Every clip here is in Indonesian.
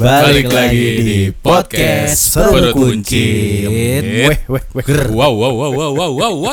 Balik lagi di podcast Perut Buncit. Wow.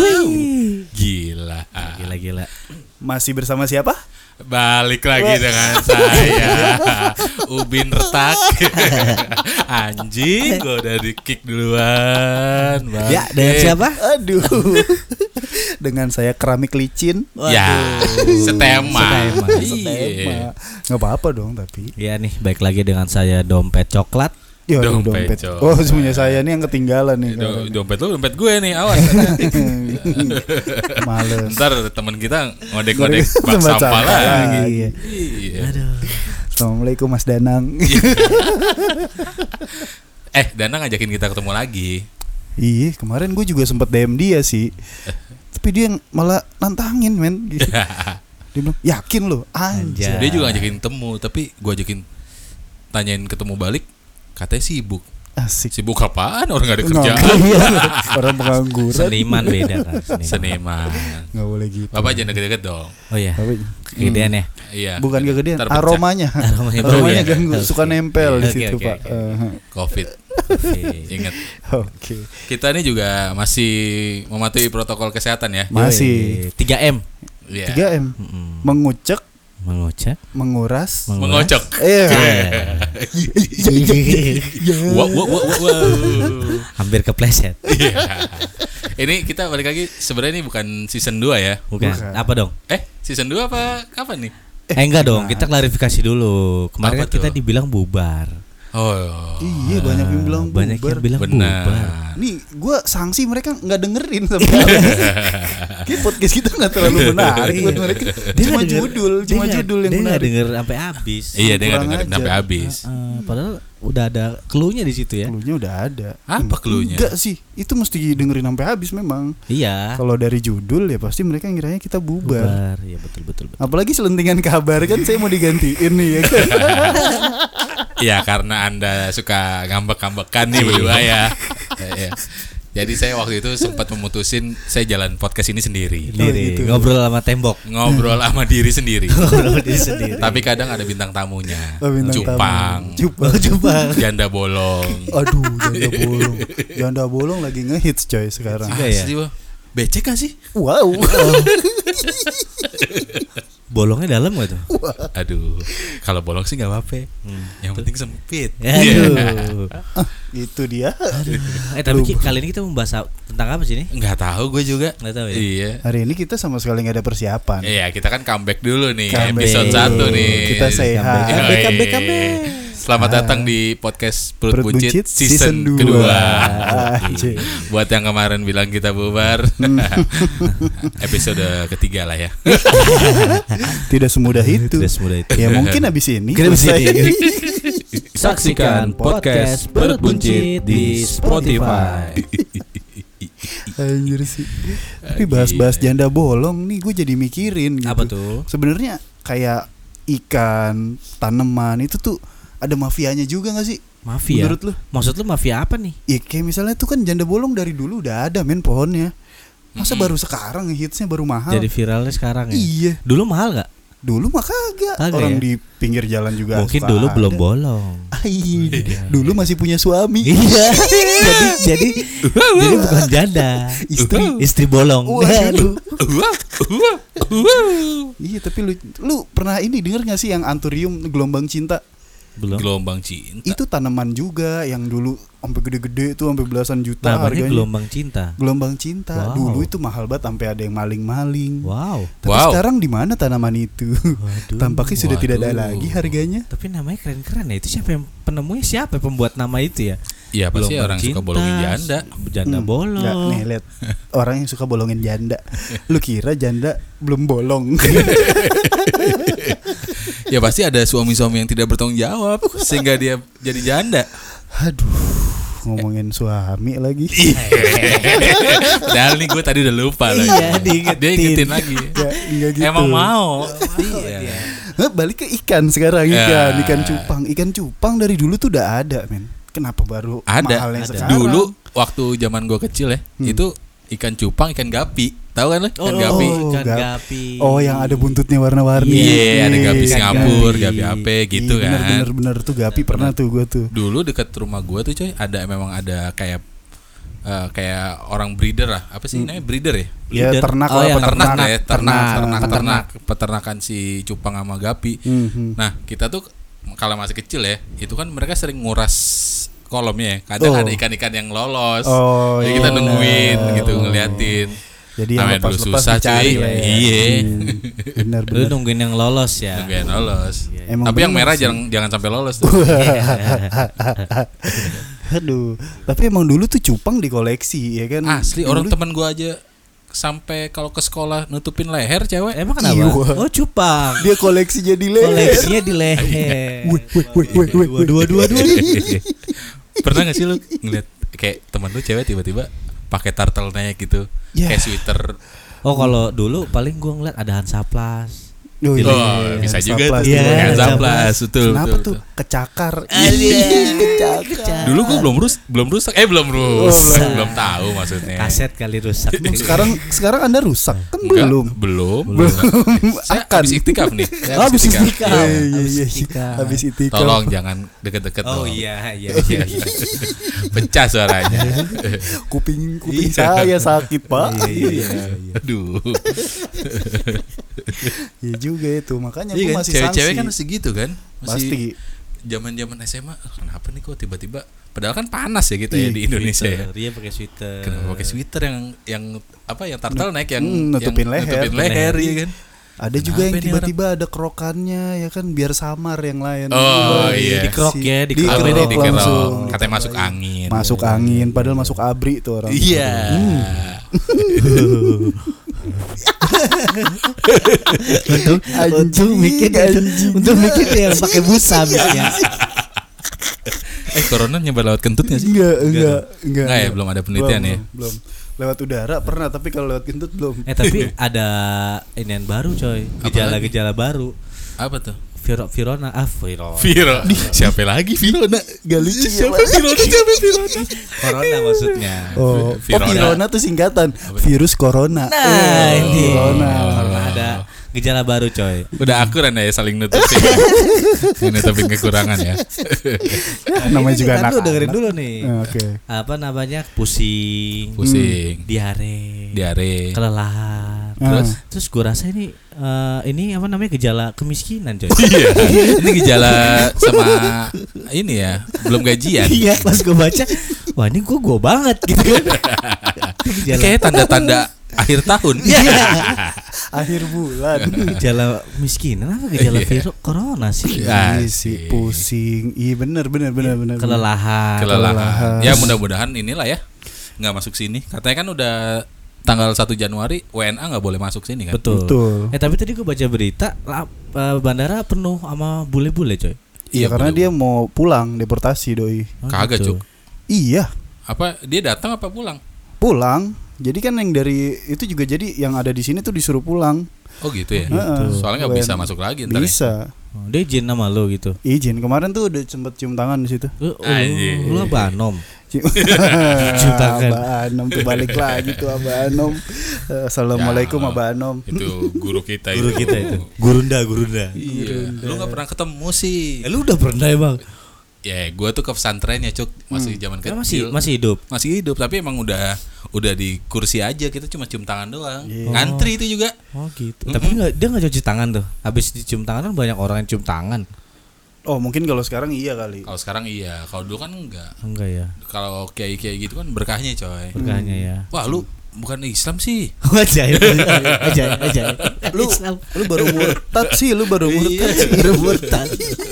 Gila. Masih bersama siapa? Balik lagi dengan saya Ubin Retak. Anjing, gue udah di kick duluan. Ya, dengan siapa? Aduh. Dengan saya Keramik Licin. Ya, setema. Setema. Nggak apa-apa dong tapi. Ya nih, baik lagi dengan saya Dompet Coklat. Ya, Dompet. Oh, semuanya saya nih yang ketinggalan nih. Dompet lu, dompet gue nih, awas. Males. Ntar teman kita ngodek-ngodek bak sampah lagi. Iya. Aduh. Assalamualaikum Mas Danang. Danang ngajakin kita ketemu lagi. Iya, kemarin gue juga sempet DM dia sih. Tapi dia malah nantangin, men. Gitu. Dia bilang, yakin lo? Anjir. Dia juga ngajakin temu, tapi gue ajakin tanyain ketemu balik, katanya sibuk. Asik. Sibuk apaan? Orang gak ada kerjaan. Orang pengangguran. Seniman beda kan. Seniman. Gak boleh gitu. Bapak jangan deket-deket dong. Oh iya. Kegedean ya. Iya. Bukan kegedean, Ntar pecah. aromanya ganggu, suka nempel di situ, Pak. Covid. Ingat. Oke. Kita ini juga masih mematuhi protokol kesehatan ya. Masih 3M. Iya. 3M. Mengucek, Mengucap, menguras, Mengocok. Wow. hampir kepleset. Iya. Ini kita balik lagi, sebenarnya ini bukan season 2 ya. Bukan. Apa dong? Season 2 apa kapan nih? Enggak dong, kita klarifikasi dulu. Kemarin Apa kan kita tuh? dibilang bubar. Oh. Iya, banyak yang bilang Banyak bubar. yang bilang Benar. bubar. Nih, gue sanksi mereka nggak dengerin sebenarnya. Kayak podcast kita nggak terlalu menarik buat mereka. Cuma nggak denger- judul yang dia nggak menarik. denger sampai habis. Iya, dia nggak Kurang dengerin ajar. sampai habis. Padahal udah ada clue-nya di situ ya. Cluenya udah ada. Apa cluenya? Enggak sih, itu mesti dengerin sampai habis memang. Iya. Kalau dari judul ya pasti mereka ngiranya kita bubar. Iya betul. Apalagi selentingan kabar kan saya mau digantiin nih ya kan. Iya, karena Anda suka ngambek-ngambekan nih berdua ya. Iya. Jadi saya waktu itu sempat memutusin saya jalan podcast ini sendiri. Sendiri, gitu. ngobrol sama tembok. Ngobrol sama diri sendiri. Ngobrol diri sendiri. Tapi kadang ada bintang tamunya. Oh, bintang Cupang. tamu. Coba. Janda bolong. Aduh, janda bolong. Janda bolong lagi ngehits coy sekarang. Iya ya? Asli, Wah. Becek gak sih? Wow. Bolongnya dalam gak tuh? Aduh, kalau bolong sih gak apa-apa. Yang penting sempit. Aduh. Itu dia. Tapi kali ini kita membahas tentang apa sih nih? Nggak tahu gue juga. Nggak tahu ya? Iya. Hari ini kita sama sekali nggak ada persiapan. Iya, kita kan comeback dulu nih. Comeback. Episode 1 nih. Kita say hi. Yoi. Comeback. Selamat datang di podcast Perut Perut Buncit Buncit season season kedua. Anjir. Buat yang kemarin bilang kita bubar, episode ketiga lah ya. Tidak semudah itu. Tidak semudah itu. Ya mungkin abis ini. Kita bisa selesai. Saksikan podcast Perut Buncit di Spotify. Anjir sih. Tapi bahas-bahas janda bolong nih gue jadi mikirin gitu. Apa tuh? Sebenarnya kayak ikan, tanaman itu tuh ada mafianya juga gak sih? Mafia? Menurut lu? Maksud lu mafia apa nih? Ya kayak misalnya tuh kan janda bolong dari dulu udah ada men pohonnya. Masa baru sekarang hitsnya baru mahal? Jadi viralnya sekarang ya? Iya. Dulu mahal gak? Dulu mah kagak. Kagak Orang ya? di pinggir jalan juga. Mungkin suka dulu ada. belum bolong. Dulu masih punya suami. Iya. jadi bukan janda. Istri bolong. Waduh. Wah. Iya tapi lu pernah ini denger gak sih yang anturium gelombang cinta? Belum. Gelombang cinta. Itu tanaman juga yang dulu sampai gede-gede tuh sampai belasan juta Namanya harganya. gelombang cinta. Gelombang cinta. Wow. Dulu itu mahal banget sampai ada yang maling-maling. Wow. Tapi Wow. sekarang di mana tanaman itu? Waduh. Tampaknya sudah tidak ada Waduh. lagi harganya. Tapi namanya keren-keren ya. Itu siapa yang penemunya? Siapa yang pembuat nama itu ya? Iya, pasti Gelombang orang suka cinta, bolongin janda. Janda bolong. Nggak, nih lihat orang yang suka bolongin janda. Lu kira janda belum bolong? Ya pasti ada suami-suami yang tidak bertanggung jawab sehingga dia jadi janda. Aduh, ngomongin suami lagi. Padahal nih gue tadi udah lupa lagi. Iya, diingetin. Dia ingetin lagi. Ya, enggak gitu. Emang mau. Iya. Balik ke ikan sekarang, Ya. ikan cupang. Ikan cupang dari dulu tuh udah ada, men. Kenapa baru Ada. mahalnya Ada. sekarang? Dulu waktu zaman gue kecil ya, itu ikan cupang, ikan gapi. Tahu kan lu? Oh, Ikan gapi. ikan Ga- gapi. Oh, yang ada buntutnya warna-warni. Iya, ada gapi Ikan Singapura, gapi. gapi apa gitu Iya, kan. Bener tuh gapi pernah tuh gue tuh. Dulu dekat rumah gua tuh coy, memang ada kayak orang breeder lah. Apa sih namanya? Breeder ya? Ya Leader. ternak Oh, lah, yang Ternak peternak. ya, ternak, peternakan si cupang sama gapi. Mhm. Nah, kita tuh kalau masih kecil ya, itu kan mereka sering nguras kolamnya. Kadang Oh. ada ikan-ikan yang lolos. Oh, Jadi kita iya. nungguin gitu, ngeliatin. Jadi yang Namanya dulu lepas-lepas susah dicari cuy. lah ya. Iya. Bener Lu bener. nungguin yang lolos ya. Nungguin lolos. Emang Tapi yang bener merah sih. jangan sampai lolos tuh. Aduh, tapi emang dulu tuh cupang dikoleksi ya kan. Asli orang Dulu- teman gua aja sampai kalau ke sekolah nutupin leher cewek. Emang kenapa? Iya. Oh, cupang. dia koleksi jadi leher. Koleksinya di leher. Dua. Pernah gak sih lu ngeliat kayak teman lu cewek tiba-tiba pakai turtleneck gitu, Ya. kayak sweater. Oh, kalau dulu paling gua ngeliat ada Hansaplas. Oh, Oh, iya. bisa juga Saplas tuh. Iya, Yang Saplas. Saplas, betul. Kenapa betul, tuh betul. kecakar? Kecakar. Dulu gua belum rusak. Belum tahu maksudnya. Kaset kali rusak. Sekarang Anda rusak kan Enggak, belum? belum. Saya Akan. habis iktikaf nih. Oh, habis itikaf. Habis Iya. itikaf. Habis itikaf. Tolong jangan deket-deket Oh dong. iya. Pecah suaranya. Kuping Iya. saya sakit, Pak. Iya. Aduh. Iya juga itu. Makanya Iya gue kan, masih cewek-cewek sanksi. kan masih gitu kan. Pasti. Zaman-zaman SMA, kenapa nih kok tiba-tiba padahal kan panas ya kita ya di Indonesia ya. Dia pakai sweater. Kenapa pakai sweater yang turtleneck yang Nutupin yang leher. nutupin leher ya kan. Ada juga yang Kenapa nih tiba-tiba ada kerokannya ya kan biar samar yang lain. Oh, iya. Dikerok ya, Dikerok Apa nih dikerok dikerok? langsung. Katanya masuk angin. Masuk angin padahal masuk abri tuh orang. Iya. Untung mikir untuk mikir dia yang pakai busa mikirnya. Corona nyebar lewat kentut gak sih? Enggak. Enggak ya, belum ada penelitian ya. Belum. Lewat udara pernah tapi kalau lewat kentut belum. Tapi ada inian baru coy. Gejala-gejala baru. Apa tuh? Virona. Viro. Siapa lagi Virona? Gak lucu ya, Siapa Pak. Virona? Corona maksudnya. Oh, Virona. Virona tuh singkatan virus corona. Nah, ini Corona. Corona ada gejala baru coy. Udah akur anda ya saling nutupin. Nutupin kekurangan ya. Namanya juga Kan anak. lu dengerin dulu nih. Oke. Apa namanya? Pusing, diare, kelelahan. Terus gue rasa ini apa namanya gejala kemiskinan coy. Iya. Ini gejala sama ini ya, belum gajian. Iya, pas gue baca, wah ini gue banget gitu kan. Gejala, Kayak tanda-tanda akhir tahun. Akhir bulan. gejala miskinan apa gejala virus corona sih? Iya. Iya sih, pusing. Iya benar. Kelelahan. Kelelahan. Ya mudah-mudahan inilah ya nggak masuk sini. Katanya kan udah tanggal 1 Januari WNA nggak boleh masuk sini kan? Betul. Tapi tadi gue baca berita bandara penuh sama bule-bule coy. Iya karena dia mau pulang deportasi doi. Kagak gitu. Cuk. Iya, Apa dia datang apa pulang? pulang. Jadi kan yang dari itu juga jadi yang ada di sini tuh disuruh pulang. Oh gitu ya. Heeh. Soalnya nggak bisa masuk lagi ntar. Ya. Bisa. Oh, dia izin sama lo gitu. Izin. Kemarin tuh udah sempet cium tangan di situ. Anjir. Lu Banom. Cium tangan. Abah Anom tuh balik lagi tuh Abah Anom. Assalamualaikum Ya, Abah Anom. Itu guru kita Guru kita itu. Gurunda. Iya. Lu nggak pernah ketemu sih. Lu udah pernah emang? Ya, gua tuh ke pesantren ya, Cuk. Masih zaman kecil. Masih hidup. Masih hidup, tapi emang udah di kursi aja, kita cuma cium tangan doang. Iya. Ngantri itu juga. Oh gitu. Tapi dia nggak cuci tangan tuh. Habis dicium tangan kan banyak orang yang cium tangan. Oh mungkin kalau sekarang iya kali. Kalau sekarang iya, kalau dulu kan enggak. Enggak ya. Kalau kiai-kiai gitu kan berkahnya, coy. Berkahnya ya. Wah, lu bukan Islam sih. Ajaib. Lu baru murtad sih, lu baru murtad sih. Baru murtad.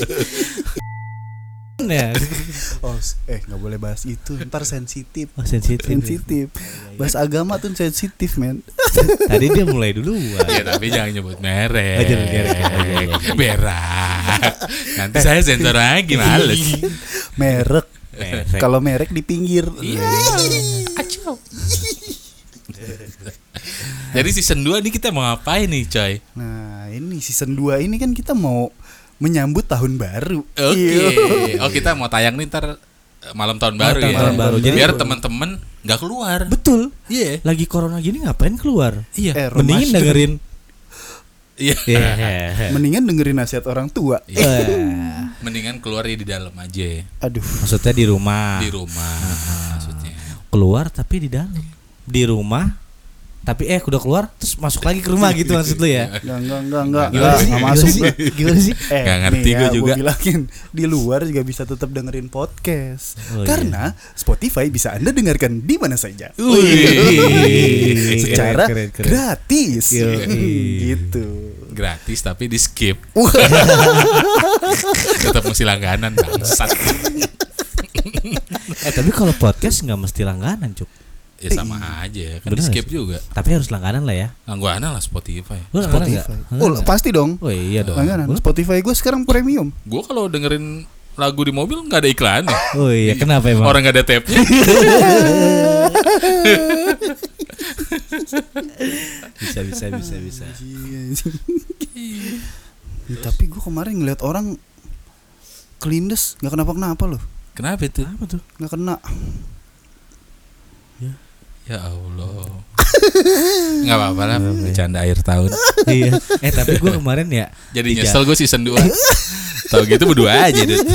Ya. Oh, nggak boleh bahas itu, ntar sensitif. Oh, sensitif. Bahas agama tuh sensitif, men. Tadi dia mulai duluan. Ya, tapi jangan nyebut merek. Jangan merek. Berak. Nanti saya sensor lagi, males. Merek. Kalau merek di pinggir. Iya. Acau. Jadi season 2 nih kita mau ngapain nih, coy? Nah, ini season 2 ini kan kita mau menyambut tahun baru. Oke. Oh, kita mau tayang nih ntar malam tahun baru ya. Tahun baru. Jadi biar teman-teman nggak keluar. Betul. Iya. Lagi corona gini ngapain keluar? Iya. Mendingin dengerin. Iya. Mendingan dengerin nasihat orang tua. Mendingan keluar di dalam aja. Aduh. Maksudnya di rumah. Di rumah maksudnya. Keluar tapi di dalam. Di rumah tapi udah keluar terus masuk lagi ke rumah gitu maksud lu ya? Enggak Gimana masuk. Gimana sih? Nggak ngerti nih gue ya, juga. Gua bilangin di luar juga bisa tetap dengerin podcast. Oh, Karena Spotify bisa Anda dengarkan di mana saja. Wih. Secara Keren. gratis. Yoi. Gitu. Gratis tapi di skip. Tetap mesti langganan bangsat. Tapi kalau podcast nggak mesti langganan, Cuk. Ya sama aja kan di Bener skip sih. juga. Tapi harus langganan lah ya. Langganan lah Spotify. Lu langganan Spotify. nggak? Langganan Pasti dong. nggak? Oh iya dong. Langganan. Spotify gue sekarang premium. Gue kalau dengerin lagu di mobil nggak ada iklannya. Oh iya, kenapa emang? Orang nggak ada tabnya. Bisa. Ya, tapi gue kemarin ngeliat orang kelindes nggak kenapa-kenapa loh. Kenapa itu? Apa tuh? Nggak kena. Ya Allah. Nggak apa-apa lah, bercanda akhir tahun. Iya. Tapi gue kemarin ya. Jadi nyesel gue season 2. Tahu gitu berdua aja, Dut.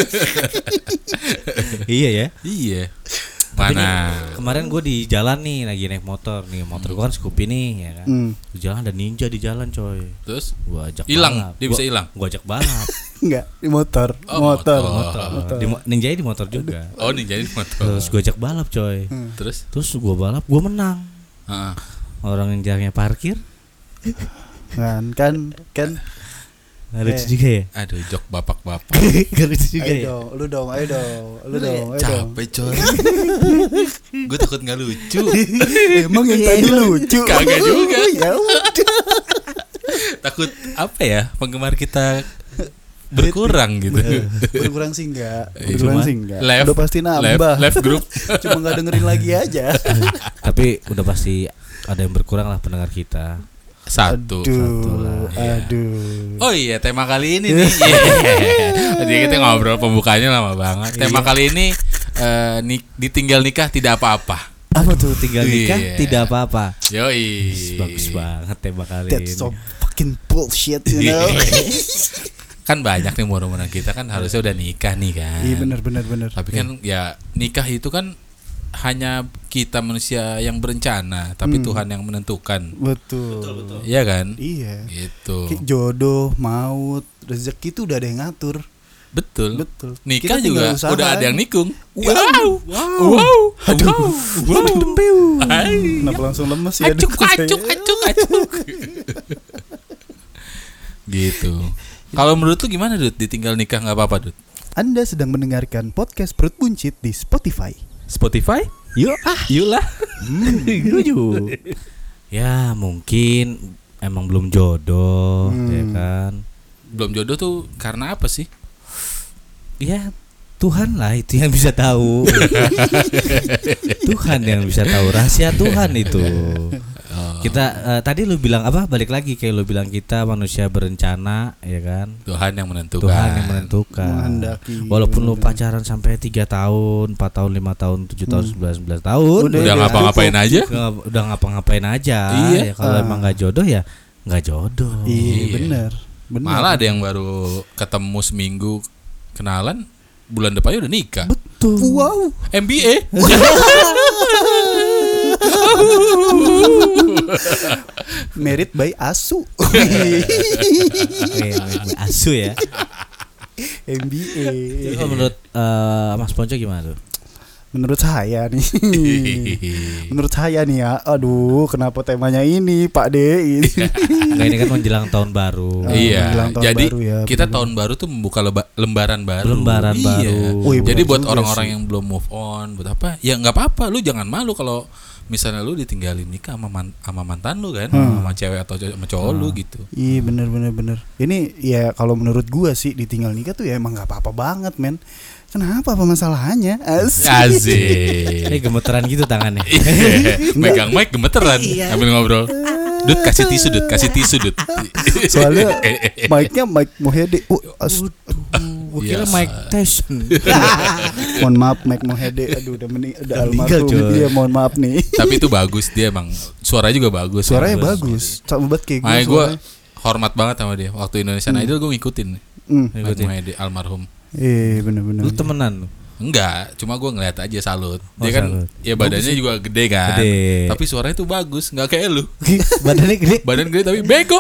Iya ya. Iya. Tapi Mana? nih, kemarin gue di jalan nih lagi naik motor nih. Motor gue kan Scoopy nih ya kan. Di jalan ada ninja di jalan coy. Terus Gue ajak hilang, balap. dia bisa hilang. Gue ajak balap. Enggak, di motor. Oh, motor. Ninja di motor juga. Oh, nih jadi motor. Terus gue ajak balap coy. Terus gue balap, gue menang. Heeh. Orang yang jarangnya parkir. Kan Nggak lucu juga ya. Aduh, jok bapak-bapak. Nggak lucu juga ya. Ayo dong. Capek coy. Gue takut nggak lucu. Emang yang tadi lucu. Kagak juga. Ya udah. Takut apa ya? Penggemar kita berkurang gitu. Berkurang sih enggak. Cuma Udah pasti nambah. Left group. Cuma enggak dengerin lagi aja. Tapi udah pasti ada yang berkurang lah pendengar kita. Satu. Aduh. Oh iya, tema kali ini nih. Jadi kita ngobrol pembukanya lama banget. Tema kali ini ditinggal nikah tidak apa-apa. Apa tuh tinggal nikah Iya. tidak apa-apa. Yoi. Bagus banget tema kali That's ini. so fucking bullshit, you know. Kan banyak nih umuran kita kan harusnya udah nikah nih kan. Iya benar. Tapi kan ya nikah itu kan hanya kita manusia yang berencana, tapi Tuhan yang menentukan. Betul. Iya kan? Iya. Gitu. Kayak jodoh, maut, rezeki itu udah ada yang ngatur. Betul. Kita Nikah tinggal juga usahain. udah ada yang nikung. Wow. Aduh. Kenapa langsung lemes ya? Acuk. Gitu. Kalau menurut lu gimana, Dut? Ditinggal nikah nggak apa-apa, Dut? Anda sedang mendengarkan podcast Perut Buncit di Spotify. Spotify? Yuk lah. Ya mungkin emang belum jodoh, ya kan. Belum jodoh tuh karena apa sih? Ya Tuhan lah itu yang bisa tahu. Tuhan yang bisa tahu, rahasia Tuhan itu. Kita tadi lu bilang apa? Balik lagi kayak lu bilang kita manusia berencana, ya kan? Tuhan yang menentukan. Tuhan yang menentukan. Menghendaki. Walaupun lu pacaran sampai 3 tahun, 4 tahun, 5 tahun, 7 tahun, 11 tahun, Udah ngapa-ngapain aja? udah ngapa-ngapain aja. Iya. Ya, kalau emang nggak jodoh ya nggak jodoh. Iya, benar. Malah ada yang baru ketemu seminggu kenalan, bulan depannya udah nikah. Betul. Wow. MBA. Merit by Asu. Asu ya. MBA. Jadi kalau menurut Mas Ponco gimana tuh? Menurut saya nih. Menurut saya nih ya. Aduh, kenapa temanya ini, Pak De? Nah, ini kan menjelang tahun baru. Iya. menjelang tahun Jadi baru ya, kita bener. tahun baru tuh membuka lembaran baru. Lembaran Iya. baru. Wih, Jadi bener buat juga orang-orang sih. yang belum move on, buat apa? Ya nggak apa-apa. Lu jangan malu kalau misalnya lu ditinggalin nikah sama mantan lu kan, sama cewek atau sama cowok lu gitu. Iya, bener. Ini ya kalau menurut gua sih ditinggal nikah tuh ya emang nggak apa-apa banget, men. Kenapa apa masalahnya? Asik. Gemeteran gitu tangannya. Megang mic gemeteran sambil ngobrol. Dut kasih tisu Dut. Soalnya mic-nya mic Muhyadi. Gua kira Yes. Mike Tyson. Mohon maaf Mike Mohede, aduh udah Udah almarhum. meninggal, coy. Iya, mohon maaf nih. Tapi itu bagus, dia emang suaranya juga bagus. Suaranya bagus. Sama banget kayak gue. Makanya gue hormat banget sama dia. Waktu Indonesian Idol gue ngikutin Mike Ngikutin. Mohede almarhum. Bener-bener. Lu temenan lu? Enggak, cuma gue ngeliat aja salut. Oh, Dia kan salut. ya badannya juga gede kan. Gede. Tapi suaranya tuh bagus, nggak kayak lu. Badannya gede. Badan gede tapi bego.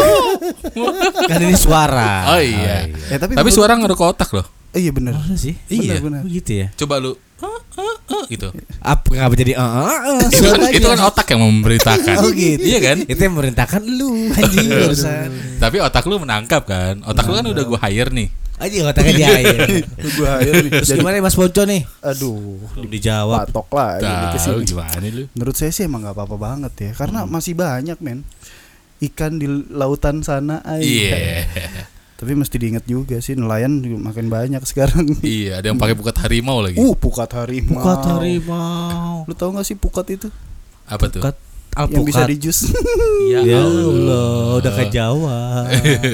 Kan ini suara. Oh iya. Tapi Tapi suara ngeruk otak loh. Iya bener. Masa sih? Iya. Bener. Begitu ya. Coba lu gitu. Apa ngapa jadi Itu kan otak yang memberitakan. Oh gitu. Iya kan? Itu yang memerintahkan lu anjing barusan. Tapi otak lu menangkap kan. Otak lu kan udah gue hire nih. Anjing otaknya dia air. Gue air nih. Terus gimana Mas Ponco nih? Aduh, Belum dijawab. patok lah ini Tahu kesini. gimana lu? Menurut saya sih emang gak apa-apa banget ya. Karena masih banyak men ikan di lautan sana. Iya. Tapi mesti diingat juga sih, nelayan juga makin banyak sekarang. Iya, ada yang pakai pukat harimau lagi. Pukat harimau. Pukat harimau. Lu tahu gak sih pukat itu? Apa tuh? Pukat Yang bisa alpukat. di jus. Ya Allah, udah ke Jawa.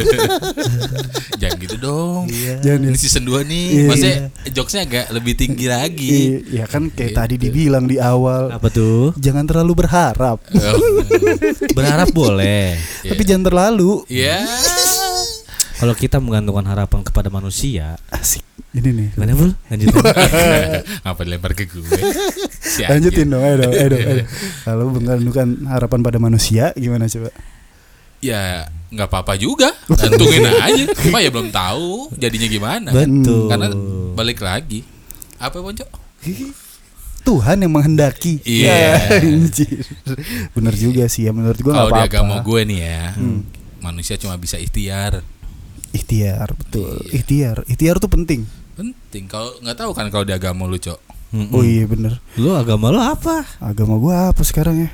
Jangan gitu dong. Jangan Ini season 2 nih. Iya. Maksudnya jokesnya agak lebih tinggi lagi. Iya kan kayak Gitu. tadi dibilang di awal. Apa tuh? Jangan terlalu berharap. Oh, Berharap boleh. Tapi jangan terlalu. Iya. Kalau kita menggantungkan harapan kepada manusia, Asik. Ini nih. gimana Bul? Lanjutin. Ngapa dilempar ke gue? Si Lanjutin anjing. dong, ayo. Kalau menggantungkan harapan pada manusia gimana coba? Ya nggak apa-apa juga. Gantungin aja. Cuma ya belum tahu jadinya gimana. Betul. Karena balik lagi. Apa Ponco? Tuhan yang menghendaki. Iya. Ya, anjir. Bener juga sih ya, menurut gua Kalau nggak di apa-apa. agama gue nih ya, manusia cuma bisa ikhtiar. Ikhtiar, betul. Iya. Ikhtiar tuh penting. Penting. Kalau nggak tahu kan kalau di agama lu, Cok. Oh iya bener. Lu agama lu apa? Agama gua apa sekarang ya?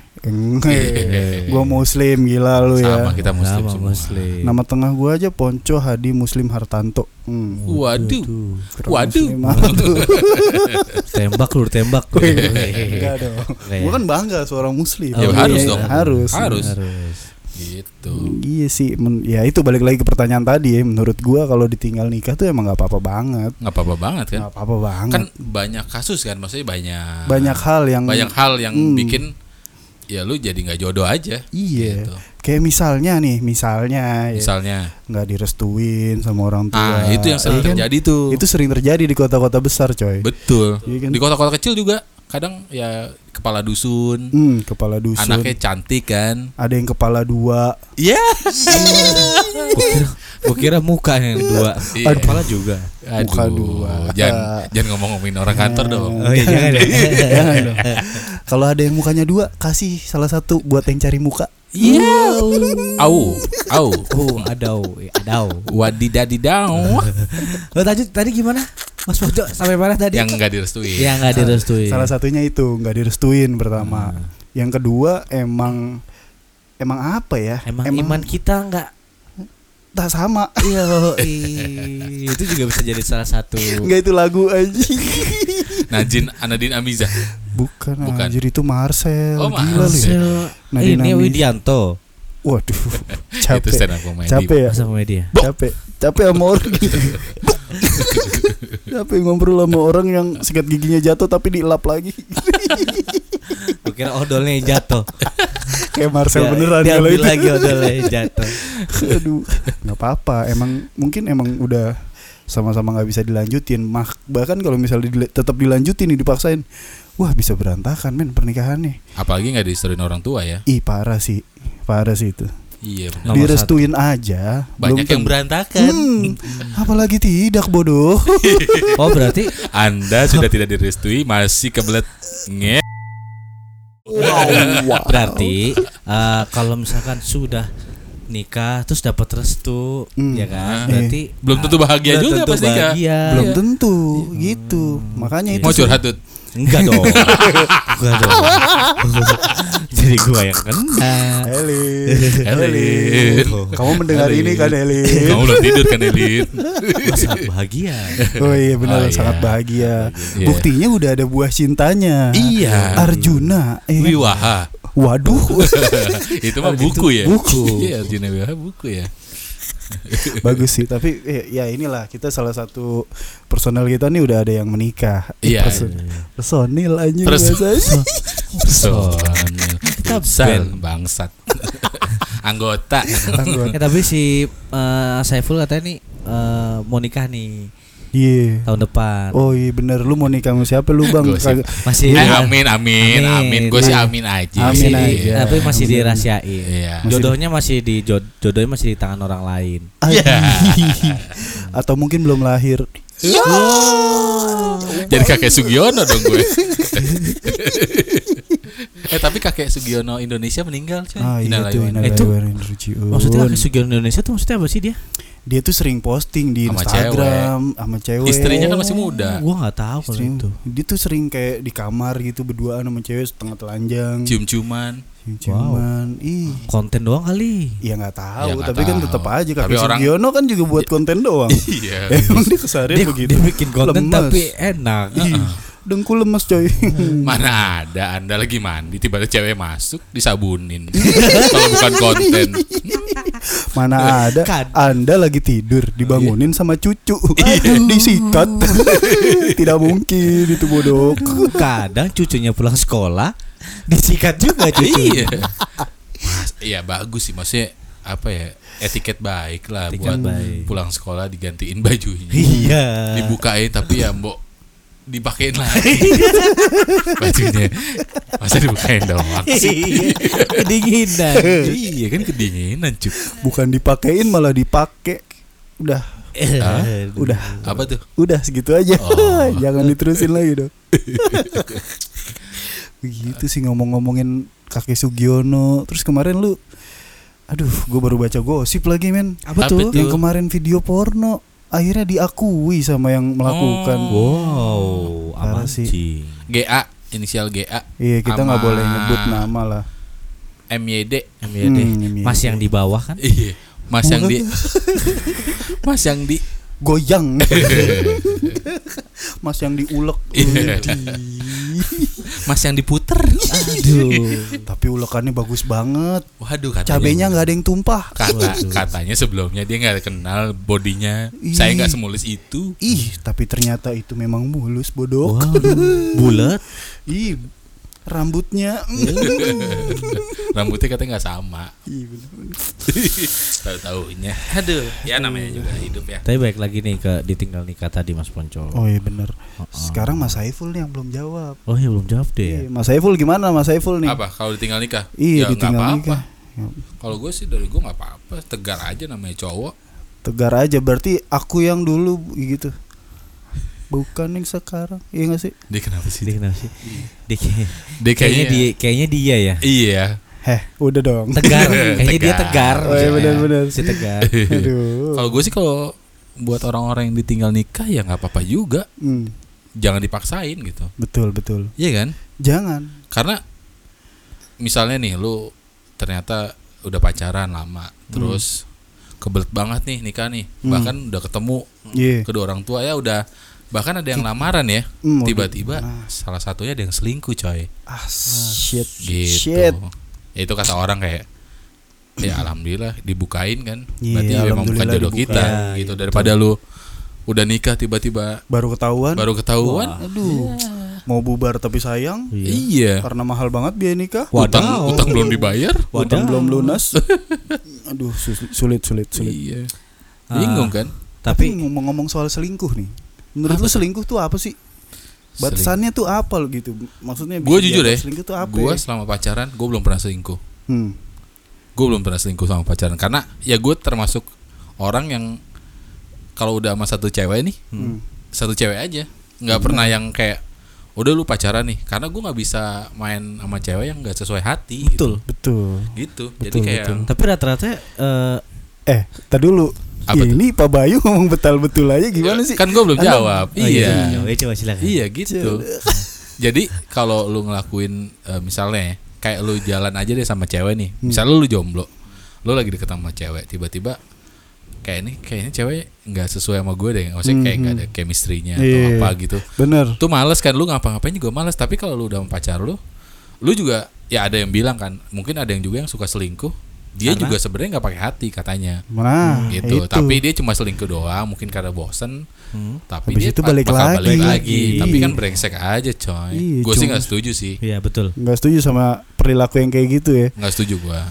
Gua Muslim, gila lu ya. Sama kita muslim Agama semua. Muslim. Nama tengah gua aja Ponco Hadi Muslim Hartanto. Waduh. Kurang Waduh. Muslim apa tuh? Tembak lu, tembak. Enggak dong. Gua kan bangga seorang Muslim. Ya, Oh, harus iya, dong. Harus. Harus. Harus. Gitu. Iya sih, ya itu balik lagi ke pertanyaan tadi ya. Menurut gua kalau ditinggal nikah tuh emang nggak apa-apa banget. Nggak apa-apa banget kan? Nggak apa-apa banget. Kan banyak kasus kan, maksudnya banyak banyak hal yang bikin ya lu jadi nggak jodoh aja. Iya. Gitu. Kayak misalnya ya, Misalnya. nggak direstuin sama orang tua. Ah, itu yang sering Iya kan? terjadi tuh. Itu sering terjadi di kota-kota besar, coy. Betul. Iya kan? Di kota-kota kecil juga kadang ya kepala dusun, Kepala dusun. anaknya cantik kan. Ada yang kepala 2. Iya. Gua kira muka yang dua. Iya. Kepala juga. Muka dua. Jangan ngomong-ngomongin orang kantor dong. Oh iya jangan ya. Jangan dong. Kalau ada yang mukanya 2, kasih salah satu buat yang cari muka. Iya. Au. Oh, adau. Wadidadidau. Lo tadi gimana? Mas Ponco sampai mana tadi? Yang enggak direstui. Yang enggak direstui. Salah satunya itu nggak direstuin pertama. Yang kedua emang apa ya? Emang iman kita enggak tak sama. Iya, itu juga bisa jadi salah satu. Enggak, itu lagu aja. Najin Anadin Amiza. Bukan. Bukan. Anjir, itu Marcel. Oh, Gila lu ya. Nadine Ini Amiza. Widianto. Waduh. Itu Capek. stand up comedy. Capek ya. Masa media. Capek sama orang. Capek ngobrol sama orang yang sikat giginya jatuh tapi dielap lagi. Gue kira odolnya yang jatuh. Kayak Marcel beneran dia kalau ambil itu. lagi odolnya yang jatuh. Aduh, nggak apa-apa. Mungkin emang udah sama-sama nggak bisa dilanjutin. Bahkan kalau misalnya tetap dilanjutin nih, dipaksain, wah bisa berantakan men pernikahannya. Apalagi nggak direstuin orang tua ya. Ih parah sih itu. Iya benar. Nomor Direstuin aja. Banyak yang berantakan. Apalagi tidak bodoh. Oh berarti Anda sudah tidak direstui masih kebelet nge. berarti kalau misalkan sudah nikah terus dapat restu, ya kan? Berarti Belum tentu bahagia belum juga tentu pas nikah. bahagia. Belum tentu gitu. Makanya itu Mau curhat tuh. Enggak dong. Enggak dong. Jadi gua yang kena. Elin. Kamu mendengar ini kan Elin? Kamu belum tidur kan Elin? Sangat bahagia. Oh iya benar, Oh iya. sangat bahagia. Iya. Buktinya udah ada buah cintanya. Iya. Arjuna. Wiwaha. Waduh. Itu mah buku ya. buku. Iya Arjuna Wiwaha buku ya. Bagus sih, tapi ya inilah kita salah satu personel kita nih udah ada yang menikah. Iya. Personil anjing Personil. bahasanya. Personil. Kita Futsal, band. bangsat. Anggota. Tapi si Saiful katanya nih mau nikah nih Iya. tahun depan. Oh iya bener, lu mau nikah sama siapa lu Bang? Gosip. Masih Amin. Gue sih amin aja. Amin sih. aja. tapi masih Amin. dirahasiain. Iya. Jodohnya masih di tangan orang lain. Atau mungkin belum lahir. Jadi kakek Sugiono dong gue. Tapi kakek Sugiono Indonesia meninggal coy. Ah iya Innalillahi tuh wa inna Itu- innalillahi wa inna ilaihi raji'un. Maksudnya kakek Sugiono Indonesia tuh maksudnya apa sih dia? Dia tuh sering posting di Sama Instagram sama cewek. Istrinya kan masih muda. Gua nggak tahu kalau Istrinya- itu. Dia tuh sering kayak di kamar gitu berduaan sama cewek setengah telanjang. Cium-ciuman. Ciuman. Ih. Konten doang kali. Ya nggak tahu, Ya, nggak tapi kan tahu. tetap aja Tapi kakek orang- Sugiono kan juga buat konten doang. Iya. Emang dia keseharian Dia, begitu. dia bikin konten Lemes. tapi enak. Ih, dengkul lemes coy. Mana ada Anda lagi mandi tiba-tiba cewek masuk disabunin. Kalau bukan konten. Mana ada Kan. Anda lagi tidur dibangunin sama cucu. Disikat. Tidak mungkin itu bodoh. Kadang cucunya pulang sekolah disikat juga cucunya. Iya. Iya bagus sih maksudnya apa ya etiket baik lah Etiket buat baik. pulang sekolah digantiin bajunya. Iya. Dibukain tapi ya mbok dipakein lagi bajunya. Masa dibukain doang sih? Iya. Kedinginan. Iya kan kedinginan cuk. Bukan dipakein malah dipake. Udah, udah, Apa tuh? udah segitu aja. Oh. Jangan diterusin lagi dong. Begitu sih ngomong-ngomongin kakek Sugiono. Terus kemarin lu, aduh, gue baru baca gosip lagi men. Apa Apa tuh? itu? Yang kemarin video porno akhirnya diakui sama yang melakukan. Wow, Parah aman sih. sih. GA inisial GA. Iya, kita nggak Sama boleh nyebut nama lah. MYD. Mas yang di bawah kan? Iya. Mas yang di Mas yang di Goyang. Mas yang diulek. Iya. Mas yang diputer. Aduh. Tapi ulekannya bagus banget. Waduh katanya. Cabenya nggak ada yang tumpah. Katanya sebelumnya dia nggak kenal bodinya. Ih. Saya nggak semulus itu. Ih, tapi ternyata itu memang mulus bodoh. Waduh. Bulat. Ih, rambutnya. Rambutnya katanya nggak sama. Ih, bener-bener. Tahu-taunya. Aduh. Ya namanya juga hidup ya. Tapi baik lagi nih ke ditinggal nikah tadi Mas Ponco. Oh iya bener. Sekarang Mas Saiful nih yang belum jawab. Oh iya belum jawab deh ya. Iya, Mas Saiful gimana Mas Saiful nih? Apa kalau ditinggal nikah? Iya, Ya, nggak ditinggal apa-apa. nikah. Kalau gue sih dari gue nggak apa-apa. Tegar aja namanya cowok. Tegar aja berarti aku yang dulu gitu. Bukan yang sekarang. Iya gak sih? Dia kenapa sih? Dia kenapa sih? Dia Dia kayaknya dia ya. Iya. Heh, udah dong. Tegar. Kayaknya dia tegar. Oh iya benar-benar. Si tegar. Aduh. Kalau gue sih kalau buat orang-orang yang ditinggal nikah ya nggak apa-apa juga. Jangan dipaksain gitu. Betul, betul. Iya kan? Jangan. Karena misalnya nih lu ternyata udah pacaran lama, terus kebelet banget nih nikah nih, bahkan udah ketemu Iya. kedua orang tua ya udah, bahkan ada yang lamaran ya, Hmm, tiba-tiba nah. salah satunya ada yang selingkuh coy, Ah, shit. gitu. Shit. Ya itu kata orang kayak, ya alhamdulillah dibukain kan, Iya, berarti memang bukan alhamdulillah jodoh dibuka. kita, Ya, gitu iya, daripada lu udah nikah tiba-tiba Baru ketahuan. baru ketahuan, Aduh. Mau bubar tapi sayang. iya, Karena mahal banget biaya nikah. utang belum dibayar, Utang belum lunas. Aduh, sulit. iya, bingung kan? Tapi ngomong-ngomong soal selingkuh nih. Menurut lu selingkuh tuh apa sih? Batasannya tuh apa lo gitu? Maksudnya Gue bisa jujur dianggap ya, selingkuh tuh apa? gue ya? selama pacaran gue belum pernah selingkuh. Hmm. Gue belum pernah selingkuh sama pacaran karena ya gue termasuk orang yang kalau udah sama satu cewek nih, satu cewek aja, nggak pernah yang kayak udah lu pacaran nih, karena gue nggak bisa main sama cewek yang nggak sesuai hati. Betul. Betul. Gitu. Betul, Jadi kayak betul. Tapi rata-rata Tadi dulu. Apa tuh? Ini Pak Bayu ngomong betul aja gimana sih? kan gue belum Anda- jawab. Oh, Iya. coba silakan. Iya gitu. Jadi kalau lu ngelakuin misalnya kayak lu jalan aja deh sama cewek nih. Misalnya lu jomblo. Lu lagi deket sama cewek, tiba-tiba kayaknya cewek nggak sesuai sama gue deh. Maksudnya kayak nggak ada chemistry-nya atau Iya. apa gitu. Bener. Tuh males kan, lu ngapa-ngapain juga males. Tapi kalau lu udah sama pacar lu juga ya ada yang bilang kan, mungkin ada yang juga yang suka selingkuh dia Karena? juga sebenarnya nggak pakai hati katanya. Nah, Gitu. itu. Tapi dia cuma selingkuh doang, mungkin karena bosen. Tapi Habis dia itu balik bakal balik lagi. lagi. Tapi Iya. kan brengsek aja, coy. Iya, Gue sih cuma- nggak setuju sih. Iya betul. Nggak setuju sama perilaku yang kayak gitu ya. Nggak setuju gue.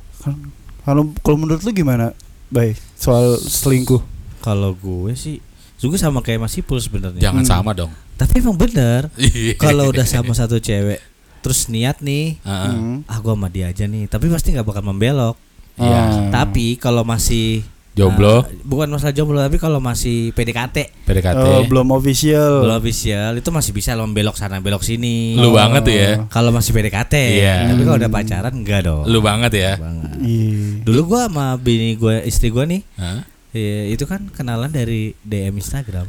Kalau menurut lu gimana, Bay? Soal selingkuh? Kalau gue sih juga sama kayak Mas Ipul sebenarnya. Jangan sama dong. Tapi emang bener. Iya. Kalau udah sama satu cewek, terus niat nih, Heeh. gue sama dia aja nih. Tapi pasti nggak bakal membelok. Iya. Tapi kalau masih Jomblo, bukan masalah jomblo, tapi kalau masih PDKT, PDKT. Belum official. belum official, itu masih bisa lo belok sana belok sini. Lu banget tuh ya. Kalau masih PDKT, Iya. tapi kalau udah pacaran enggak dong. Lu banget ya. Banget. Iya. Dulu gua sama bini gue, istri gua nih, Hah? itu kan kenalan dari DM Instagram.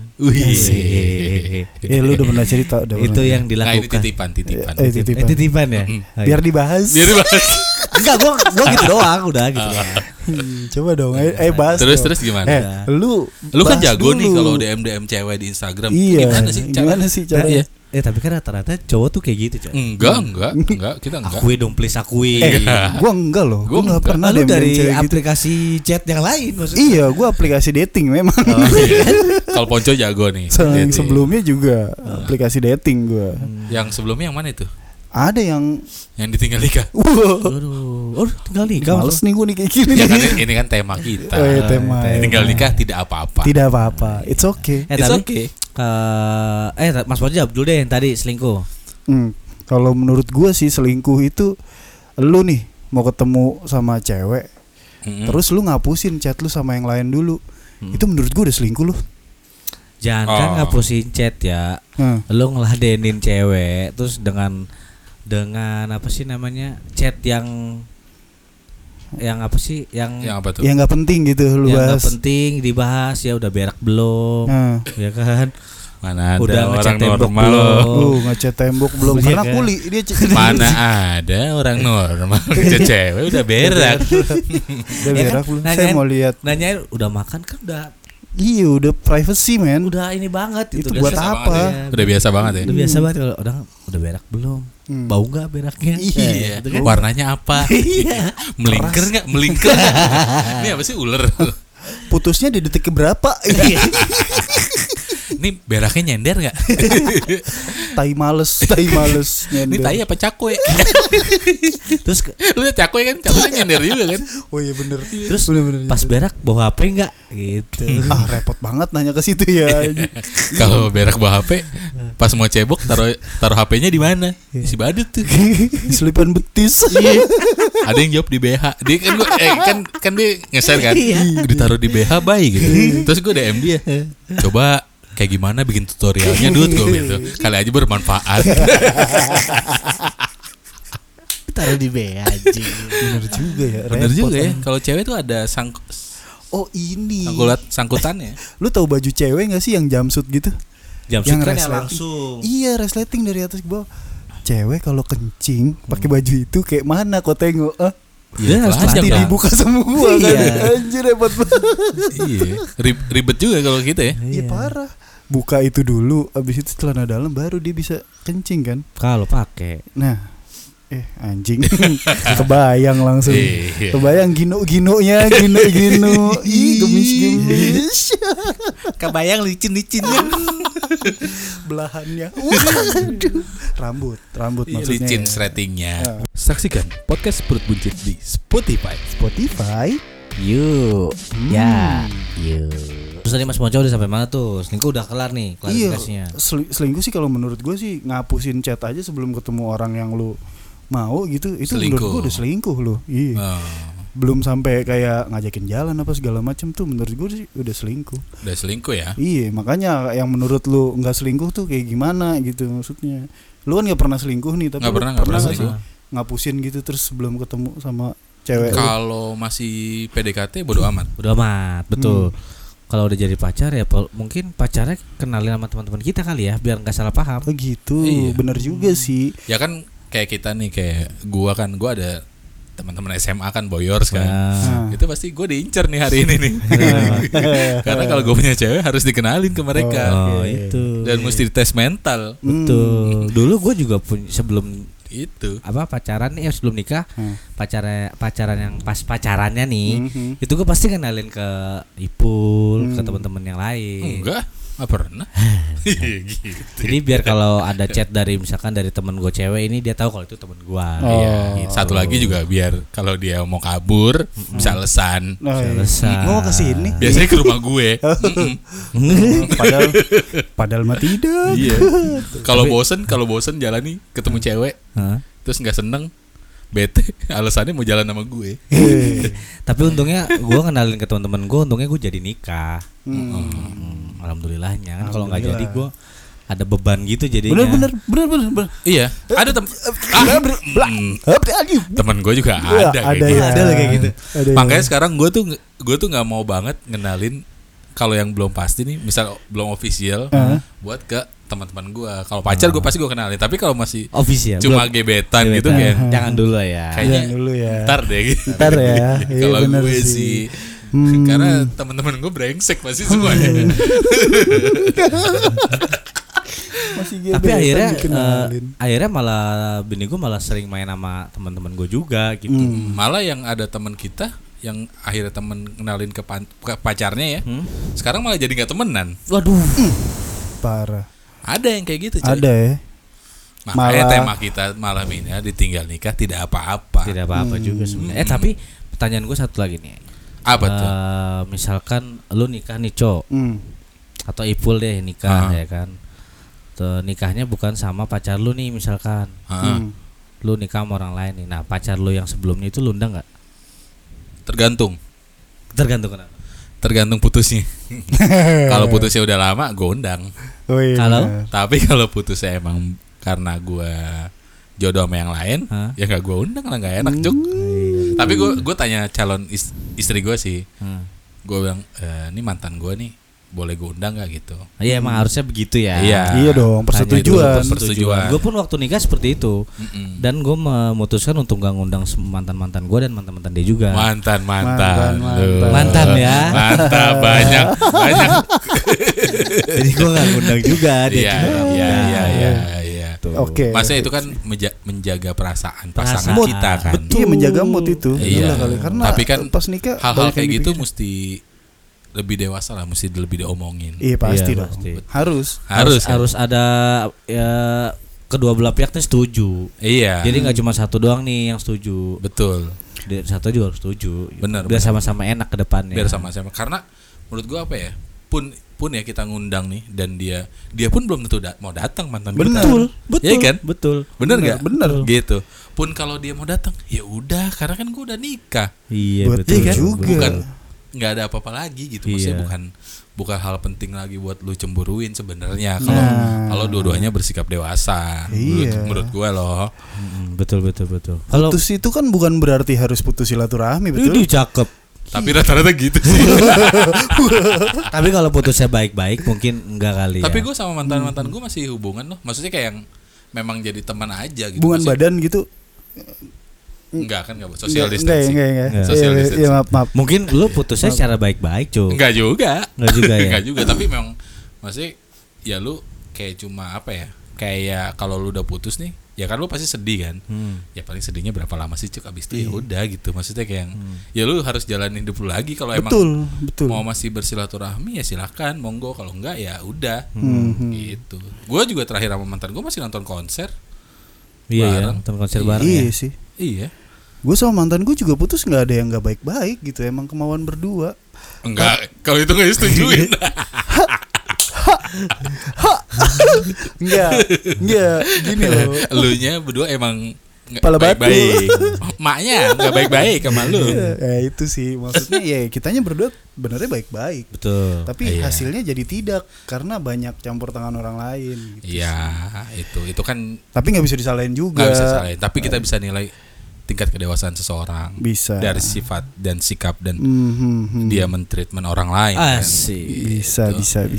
Wih. Lu udah pernah cerita udah Itu pernah. yang Nah, ini dilakukan. titipan. Titipan. Titipan ya. Biar dibahas. Biar dibahas. Enggak, gua gitu doang, udah gitu. Coba dong, bahas. Terus dong. terus gimana? Lu Lu kan bahas jago nih dulu. kalau DM cara di Instagram. Iya. Gimana sih cara? caranya? Tapi kan rata-rata cowok tuh kayak gitu, coy. Enggak, kita enggak. Akui dong, please akui. Gua enggak loh. Gua Gua enggak enggak. pernah Lalu DM dari cewek gitu. aplikasi chat yang lain maksudnya. Iya, gua aplikasi dating memang. Kalau Ponco jago nih. Yang dating. sebelumnya juga aplikasi dating gua. Yang sebelumnya yang mana itu? Ada yang Yang ditinggal nikah. Aduh, tinggal nikah. males nih gua nih kayak gini. Ya kan ini kan tema kita. Oh, iya, tema. Tinggal nikah tidak apa-apa. Tidak apa-apa. It's okay. It's Tapi okay. Mas Ponco jawab dulu deh yang tadi selingkuh. Kalau menurut gua sih selingkuh itu lu nih mau ketemu sama cewek, terus lu ngapusin chat lu sama yang lain dulu. Itu menurut gua udah selingkuh lu. Jangan kan ngapusin chat ya. Lu ngeladenin cewek terus dengan apa sih namanya? Chat yang apa sih? Yang apa tuh? Yang nggak penting gitu lu yang nggak bahas. penting dibahas, ya udah berak belum? Ya kan? Mana ada Udah ngecat orang tembok normal. belum? Ngecat tembok belum Iya karena kan? kuli dia Mana ada orang normal cewek udah berak. udah Ya berak kan? belum. Nanyain- Saya mau lihat. Nanyain udah makan kan, Udah privacy man. udah ini banget Itu udah buat biasa apa? banget ya. Udah biasa banget ya. Udah biasa banget kalau udah berak belum? Bau nggak beraknya? Iya. Gitu kan? Warnanya apa? Iya. Melingkar nggak? Melingkar. Ini apa sih ular? Putusnya di detik keberapa? Ini beraknya nyender nggak? Tai males Ini nyender. tai apa cakwe? Terus Lu liat cakwe kan? Cakwe nyender juga kan? Oh iya bener. terus bener. pas berak bawa HP nggak? Gitu. Repot banget nanya ke situ ya. Kalau berak bawa HP, pas mau cebok taruh HP-nya di mana? Si badut tuh. Selipan betis. Ada yang jawab di BH. Dia kan dia nge-share kan. Iya. Ditaruh di BH bayi gitu. Terus gue DM dia. Coba kayak gimana bikin tutorialnya Dut gue gitu. Kali aja bermanfaat. Taruh di B anjing. Bener juga ya. Bener repot juga ya. kan. Kalau cewek tuh ada Oh ini. sangkutannya. Lu tahu baju cewek nggak sih yang jumpsuit gitu? Jam Yang kan ya resleting. langsung. Iya resleting dari atas ke bawah. Cewek kalau kencing pakai baju itu kayak mana kau tengok? Iya, harus Pasti telanjang kan. dibuka semua kan. Iya. Anjir repot banget. Iya. Ribet juga kalau gitu ya. Iya parah. Buka itu dulu, abis itu celana dalam baru dia bisa kencing kan. Kalau pakai. Nah, anjing, kebayang langsung. Iya. Kebayang gino-ginonya, gino. Ih, gemis-gemis. Kebayang licin-licinnya. Belahannya. Waduh. Rambut Iya, maksudnya. licin ratingnya. Saksikan podcast Perut Buncit di Spotify. Spotify. Yuk. Ya. Yuk. Terus tadi Mas Ponco udah sampai mana tuh? Selingkuh udah kelar nih klarifikasinya. Iya, selingkuh sih kalau menurut gue sih ngapusin chat aja sebelum ketemu orang yang lu mau gitu. Itu Selingkuh. menurut gue udah selingkuh lu. Iya. Belum sampai kayak ngajakin jalan apa segala macam tuh menurut gue sih udah selingkuh. Udah selingkuh ya? Iya, makanya yang menurut lu nggak selingkuh tuh kayak gimana gitu maksudnya. Lu kan nggak pernah selingkuh nih, tapi Nggak lu pernah nggak selingkuh. sih ngapusin gitu terus sebelum ketemu sama cewek. Kalau masih PDKT bodo amat. Udah amat, betul. Kalau udah jadi pacar ya mungkin pacarnya kenalin sama teman-teman kita kali ya biar nggak salah paham. Oh gitu, Iya. bener juga sih. Ya kan kayak kita nih, kayak gua ada teman-teman SMA kan boyors kan. Nah. Itu pasti gue diincar nih hari ini nih. Karena kalau gue punya cewek harus dikenalin ke mereka. Oh, itu. Dan mesti dites mental. Betul. Dulu gue juga punya sebelum Itu. apa pacaran nih sebelum nikah, pacaran yang pas pacarannya nih, itu gue pasti kenalin ke Ipul, ke teman-teman yang lain. Enggak pernah. Gitu. Jadi biar kalau ada chat dari misalkan dari temen gue cewek ini dia tahu kalau itu temen gue. Iya. Satu lagi juga biar kalau dia mau kabur bisa alasan. Selesai. Mau ke sini. Biasanya ke rumah gue. Padahal mah tidak. Iya. Kalau bosen jalan nih ketemu cewek, terus nggak seneng, bete, alasannya mau jalan sama gue. Tapi untungnya gue kenalin ke teman-teman gue, untungnya gue jadi nikah. Alhamdulillahnya kan, kalau nggak jadi gue ada beban gitu jadinya. Bener. Iya. Ada teman gue juga ada kayak gitu. Makanya sekarang gue tuh nggak mau banget ngenalin kalau yang belum pasti nih, misal belum official, buat ke teman-teman gue. Kalau pacar gue pasti gue kenalin. Tapi kalau masih official, cuma gebetan gitu kayak jangan dulu ya. Kayaknya dulu ya. Ntar deh gitu. Ntar ya. Kalau gue sih karena teman-teman gue brengsek pasti semuanya. Tapi akhirnya malah bini gue malah sering main sama teman-teman gue juga gitu. Malah yang ada teman kita yang akhirnya temen kenalin ke pacarnya ya, sekarang malah jadi nggak temenan. Waduh, Ada parah. yang kayak gitu. Ada ya. Makanya tema kita malam ini ya, ditinggal nikah tidak apa-apa. Tidak apa-apa juga sebenarnya. Tapi pertanyaan gue satu lagi nih. Apa tuh? Misalkan lu nikah nih Cok, atau Ipul deh nikah ya kan. Tuh, nikahnya bukan sama pacar lu nih misalkan. Lu nikah sama orang lain nih. Nah pacar lu yang sebelumnya itu lu undang nggak? Tergantung kenapa? Tergantung putusnya. Kalau putusnya udah lama gue undang. Tapi kalau putusnya emang karena gue jodoh sama yang lain, ya nggak gue undang lah, nggak enak Cuk. Tapi gue tanya calon istri gue sih, gue bilang ini mantan gue nih, boleh gue undang nggak gitu? Iya emang harusnya begitu ya. Iya dong, persetujuan. Gue pun waktu nikah seperti itu. Dan gue memutuskan untuk gak ngundang mantan gue dan mantan dia juga. Mantan ya. Mantap banyak. Jadi gue gak ngundang juga dia. Iya. Oke. Maksudnya itu kan menjaga perasaan pasangan mood kita kan. Betul, menjaga mood itu. Iya. Karena tapi kan pas nikah hal-hal kayak gitu mesti lebih dewasa lah, mesti lebih diomongin. Iya pasti dong. Harus ada ya, kedua belah pihaknya setuju. Iya. Jadi nggak cuma satu doang nih yang setuju. Betul. Satu juga harus setuju. Biar sama-sama enak ke depannya. Biar sama-sama. Karena menurut gua apa ya? Pun ya kita ngundang nih dan dia pun belum tentu mau datang mantan kita. Betul. Iya kan? Betul. Bener nggak? Bener. Gitu. Pun kalau dia mau datang, ya udah, karena kan gua udah nikah. Iya betul kan? juga. Bukan nggak ada apa-apa lagi gitu. Maksudnya bukan hal penting lagi buat lu cemburuin sebenarnya kalau dua-duanya bersikap dewasa. Menurut gue loh. Betul. Putus itu kan bukan berarti harus putus silaturahmi, betul? Itu cakep. Tapi rata-rata gitu sih. Tapi kalau putusnya baik-baik mungkin enggak kali. Tapi gue sama mantan gue masih hubungan loh. Maksudnya kayak yang memang jadi teman aja gitu. Hubungan badan gitu. Enggak kan, enggak social distancing. Enggak. Social distancing. Ya, maaf. Mungkin lu putusnya secara baik-baik, Cuk. Enggak juga ya. Enggak juga, tapi memang masih ya lu kayak cuma apa ya? Kayak kalau lu udah putus nih, ya kan lu pasti sedih kan. Ya paling sedihnya berapa lama sih Cuk, abis itu ya udah gitu. Maksudnya kayak ya lu harus jalanin hidup lu lagi. Kalau emang mau masih bersilaturahmi ya silakan, monggo. Kalau enggak ya udah. Gitu. Gua juga terakhir sama mantan gua masih nonton konser. Iya, nonton konser bareng ya. Iya sih. Iya. Gue sama mantan gue juga putus nggak ada yang nggak baik-baik gitu, emang kemauan berdua. Enggak, kalau itu nggak disetujuin. Enggak, gini loh. Elunya berdua emang Pala batu. baik-baik. Maknya nggak baik-baik sama lu. Ya itu sih maksudnya, ya kitanya berdua benernya baik-baik. Betul. Tapi hasilnya jadi tidak karena banyak campur tangan orang lain. Iya, gitu. Itu kan. Tapi nggak bisa disalahin juga. Nggak bisa salahin. Tapi kita bisa nilai tingkat kedewasaan seseorang bisa dari sifat dan sikap dan dia mentreatment orang lain. Asik. Bisa.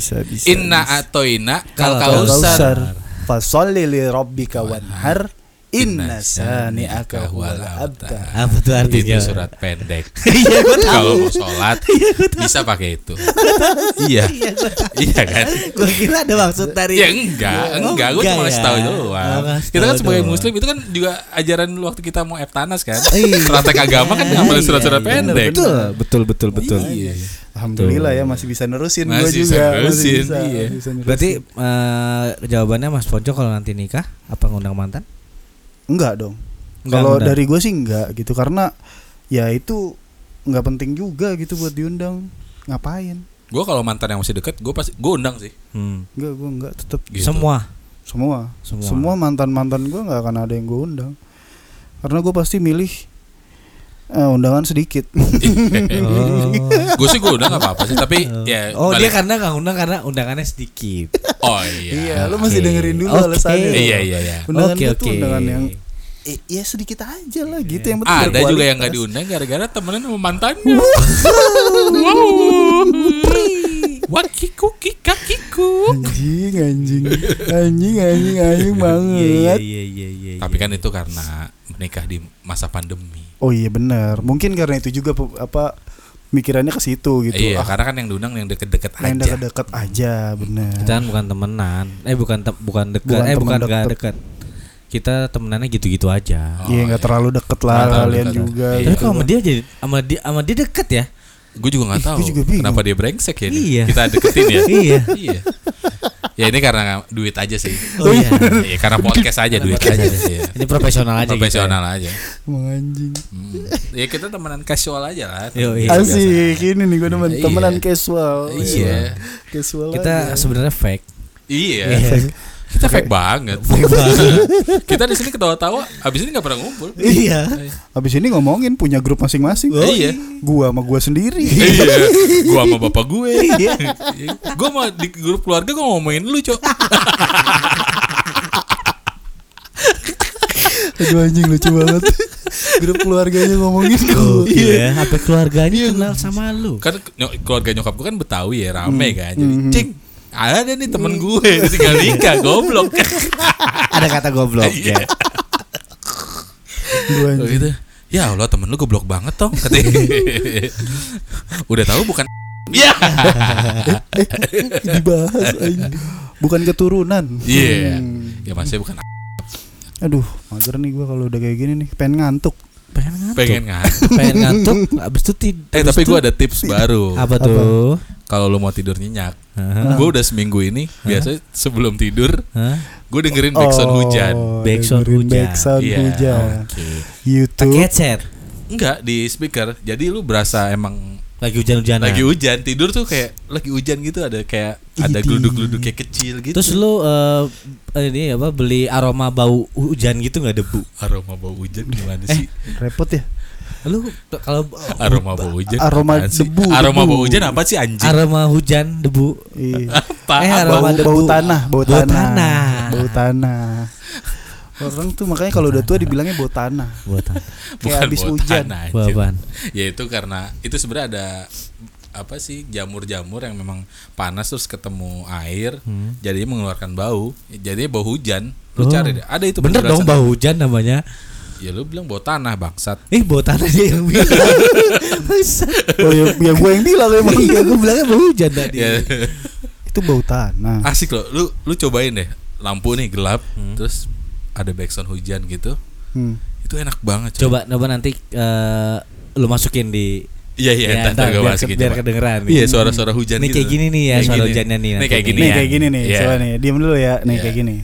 Inna atoina kal kausar. Fasholli li rabbika wanhar Inna sani'aka huwal abtar. Apa tuh artinya? Itu surat pendek. Iya, gua tahu. Kalau mau sholat bisa pakai itu. Iya. Iya kan? Gua kira ada maksud dari. Ya enggak. Gue cuma ngasih tahu doang. Kita kan sebagai muslim itu kan juga ajaran waktu kita mau eftanas kan. Praktek agama kan ngambil surat-surat pendek. Betul. Iya. Alhamdulillah ya masih bisa nerusin gue Masih juga. bisa nerusin, iya. bisa nerusin. Berarti jawabannya Mas Ponco kalau nanti nikah apa ngundang mantan? Enggak dong. Enggak Kalau ngundang. dari gue sih enggak gitu karena ya itu enggak penting juga gitu buat diundang. Ngapain? Gue kalau mantan yang masih deket, gue undang sih. Enggak, gue enggak tetap Gitu. Semua mantan-mantan gue enggak akan ada yang gue undang. Karena gue pasti milih undangan sedikit. Gue sih gue undang nggak apa-apa sih, tapi ya. Dia karena nggak undang karena undangannya sedikit. Oh iya. Iya, lu masih dengerin dulu alasannya. Iya. Undangan itu undangan yang ya sedikit aja lah gitu yang penting Ada berkualitas. juga yang nggak diundang gara-gara temenan sama mantannya. Wakiku kikakiku. Anjing banget. Iya. Tapi kan itu karena menikah di masa pandemi. Oh iya benar. Mungkin karena itu juga mikirannya ke situ gitu. Iya, karena kan yang diundang yang deket-deket aja. Yang dekat-dekat aja, benar. Kita kan bukan temenan. Bukan dekat. Kita temenannya gitu-gitu aja. Iya, enggak terlalu deket lah Nggak kalian deket. juga. Iya. Tapi gitu. kalau sama dia jadi sama dia deket ya. Gue juga nggak tahu Gue juga bingung. kenapa dia brengsek ya. Iya. Kita deketin ya. Iya. Iya. Ya ini karena duit aja sih. Oh iya. Iya, karena podcast aja duit aja. Iya. Ini profesional aja. Profesional aja. Emang anjing. Ya kita temenan casual aja lah. Yoi. Asik, ini nih gue temen Iya. temenan casual. Iya. Casual Kita aja. sebenarnya fake. Iya. Iya. Kita fake banget. Kita di sini ketawa-tawa, habis ini nggak pernah ngumpul. Iya. Habis ini ngomongin punya grup masing-masing. Iya. Gua sama gua sendiri. Iya. Gua sama bapak gue. Iya. Gua mau di grup keluarga gua ngomongin lu, Cok. Aduh anjing lucu banget. Grup keluarganya ngomongin gua. Iya. Sampai keluarganya kenal sama lu. Kan keluarga nyokap gua kan Betawi ya, rame kan. Jadi, cing, ada nih temen gue tinggal nikah, goblok. Ada kata goblok ya. Gua anjing. Gitu. Ya Allah, temen lu goblok banget tong, katanya. Udah tahu bukan. Ya. Dibahas anjing. Bukan keturunan. Iya. Ya masih bukan. Aduh, mager nih gua kalau udah kayak gini nih, pengen ngantuk. Pengen ngantuk. Pengen ngantuk. Abis itu Tapi gue ada tips baru. Apa tuh? Kalau lu mau tidur nyenyak, Hah? gue udah seminggu ini biasanya sebelum tidur Hah? gue dengerin backsound hujan. Backsound dengerin hujan. Backsound Iya. hujan. Oke. YouTube. Pakai headset. Enggak di speaker, jadi lu berasa emang Lagi hujan-hujanan. lagi hujan, tidur tuh kayak lagi hujan gitu, ada kayak ada Idih. gluduk-gluduk kayak kecil gitu. Terus lu ini apa beli aroma bau hujan gitu nggak debu? Aroma bau hujan gimana sih? Repot ya. Lu kalau Aroma bau hujan. Aroma apaan sih? debu, Aroma debu. bau hujan apa sih anjing? aroma hujan debu. Iya. Apa? aroma bau, debu. bau tanah, bau Bau tanah. tanah. Bau tanah. Orang tuh makanya kalau udah tua dibilangnya bau tanah. Buatan. Kayak habis bau hujan. tanah, anjir. Buatan. Ya itu karena itu sebenarnya ada apa sih jamur-jamur yang memang panas terus ketemu air, jadi mengeluarkan bau. Jadi bau hujan. Lu Oh. cari deh. Ada itu Bener dong penjelasan. bau hujan namanya. Ya lu bilang bau tanah bangsat. Bau tanah dia yang bilang. Oh ya gue yang bilang emang. Iya, gue bilangnya bau hujan tadi. Ya. Itu bau tanah. Asik loh. Lu cobain deh. Lampu nih gelap, terus ada backsound hujan gitu. Itu enak banget. Coba nanti lu masukin di. Iya Ya, ntar gue biar, masukin biar coba. kedengeran. Iya suara-suara hujan Nih gitu. kayak gini nih ya, Kayak suara gini. hujannya nih. Nih nanti kayak gini. Nih kayak gini nih. Iya. Coba nih, diam dulu ya. Nih Iya. kayak gini.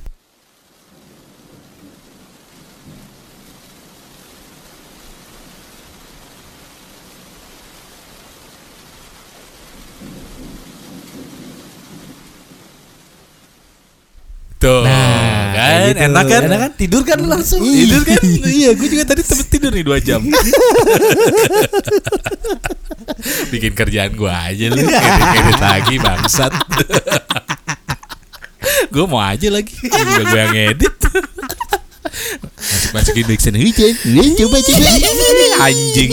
Tuh, Nah, kan kayak gitu. enak kan? Enak kan? Tidur kan lu langsung. Tidur kan? Iya, gue juga tadi tempat tidur nih 2 jam. Bikin kerjaan gue aja lu, edit lagi bangsat. Gue mau aja lagi, juga gue yang edit. Masukin backsound hujan. Coba anjing.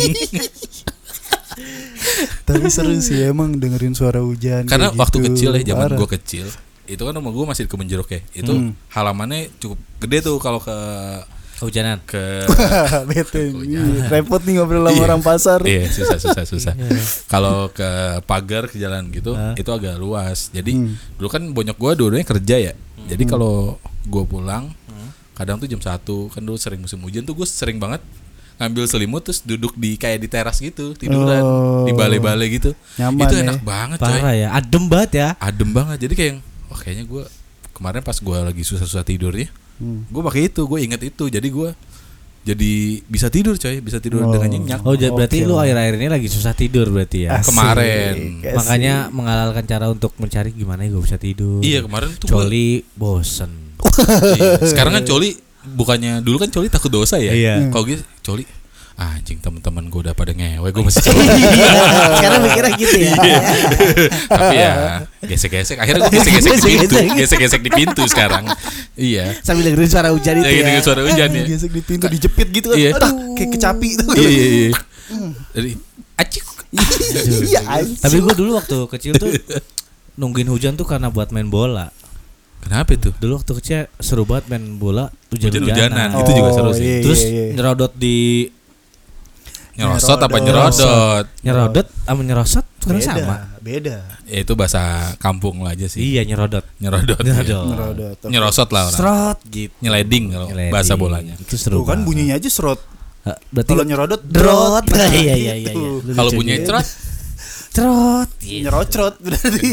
Tapi seru sih emang dengerin suara hujan. Karena kayak waktu gitu. kecil ya, zaman Parah. gue kecil, itu kan rumah gue masih di Kebun Jeruk ya. Itu halamannya cukup gede tuh kalau ke Kehujanan. Bete. Repot nih ngobrol sama orang pasar. Iya, susah. Kalau ke pagar ke jalan gitu, itu agak luas. Jadi dulu kan bonyok gue dua-duanya kerja ya. Jadi kalau gue pulang, kadang tuh jam 1, kan dulu sering musim hujan tuh gue sering banget ngambil selimut terus duduk di kayak di teras gitu, tiduran di balai-balai gitu. Nyaman, itu enak banget coy. Parah ya, adem banget ya. Adem banget. Jadi kayak kayaknya gue kemarin pas gue lagi susah-susah tidurnya, gue pakai itu, gue inget itu. Jadi gue jadi bisa tidur coy, bisa tidur dengan nyenyak. Oh, berarti lu akhir-akhir ini lagi susah tidur berarti ya. Kemarin. Makanya menghalalkan cara untuk mencari gimana gue bisa tidur. Iya, kemarin tuh Coli bosen. Iya. Sekarang kan Coli bukannya dulu kan Coli takut dosa ya. Iya. Kalau gitu Coli anjing teman-teman gue udah pada ngewe, gue masih Coli. Sekarang mikirnya gitu ya. Tapi ya gesek-gesek. Akhirnya gue gesek-gesek di pintu sekarang. Iya. Sambil dengerin suara hujan itu ya. Dengerin suara hujan ya. Gesek di pintu dijepit gitu kan. Iya. Aduh, kayak kecapi itu. Iya. Jadi acik. Iya. Tapi gue dulu waktu kecil tuh nungguin hujan tuh karena buat main bola. Kenapa itu? Dulu waktu kecil seru banget main bola hujan-hujanan. Itu juga seru sih. Terus nyerodot di nyerosot apa nyerodot? Nyerodot sama nyerosot kan sama. Beda. Ya itu bahasa kampung lah aja sih. Iya, nyerodot. Nyerosot lah orang. Serot gitu. Nyeleding kalau bahasa bolanya. Itu seru. Tuh kan bunyinya aja serot. Berarti kalau nyerodot drot. Iya. Kalau bunyinya cerot. Cerot. Nyerocrot berarti.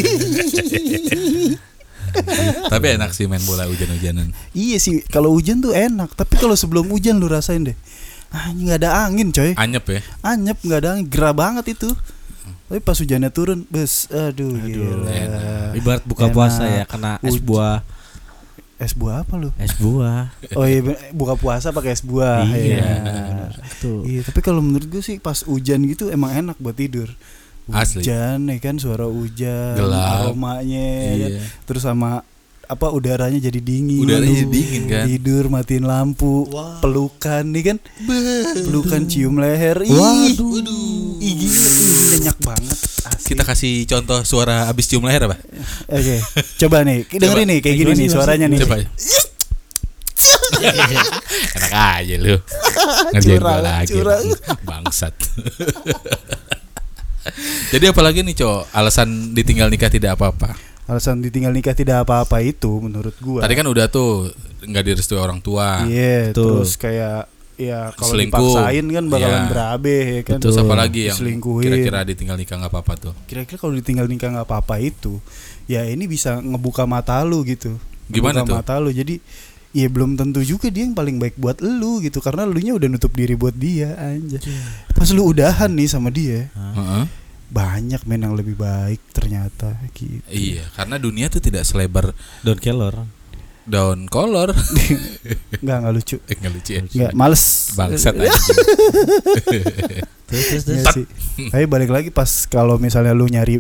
Tapi enak sih main bola hujan-hujanan. Iya sih, kalau hujan tuh enak. Tapi kalau sebelum hujan lu rasain deh. Nggak ada angin coy. Anyep ya. Anyep, nggak ada angin, gerah banget itu. Tapi pas hujannya turun, aduh gila. Ibarat buka puasa ya, kena es buah. Es buah apa lu? Es buah. Oh iya, buka puasa pakai es buah. Iya. Iya, tapi kalau menurut gue sih pas hujan gitu emang enak buat tidur. Asli. Hujan ya kan, suara hujan, gelap, aromanya, iya. kan? Terus sama udaranya jadi dingin. Udaranya jadi dingin kan. Tidur matiin lampu, pelukan nih kan. Pelukan cium leher. Waduh. Ih gila, nyenyak banget. Asli. Kita kasih contoh suara abis cium leher apa? Oke. Coba nih, dengerin nih kayak gini nih suaranya nih. Coba. Enak aja lu. Ngerjain gue lagi. Bangsat. Jadi apalagi nih alasan ditinggal nikah tidak apa-apa. Alasan ditinggal nikah tidak apa-apa itu menurut gua. Tadi kan udah tuh nggak direstui orang tua. Iya, terus kayak ya kalau dipaksain kan bakalan berabe ya kan. Terus apalagi yang diselingkuhin. Kira-kira ditinggal nikah nggak apa-apa tuh? Kira-kira kalau ditinggal nikah nggak apa-apa itu, ya ini bisa ngebuka mata lu gitu. Gimana ngebuka tuh? Mata lu, jadi ya belum tentu juga dia yang paling baik buat lu gitu, karena elunya udah nutup diri buat dia aja. Pas lu udahan nih sama dia. Banyak men yang lebih baik ternyata gitu. Iya, karena dunia tuh tidak selebar daun kolor. Enggak lucu. Enggak lucu ya. Enggak, males. Bangsat aja. Terus. Tapi balik lagi pas kalau misalnya lu nyari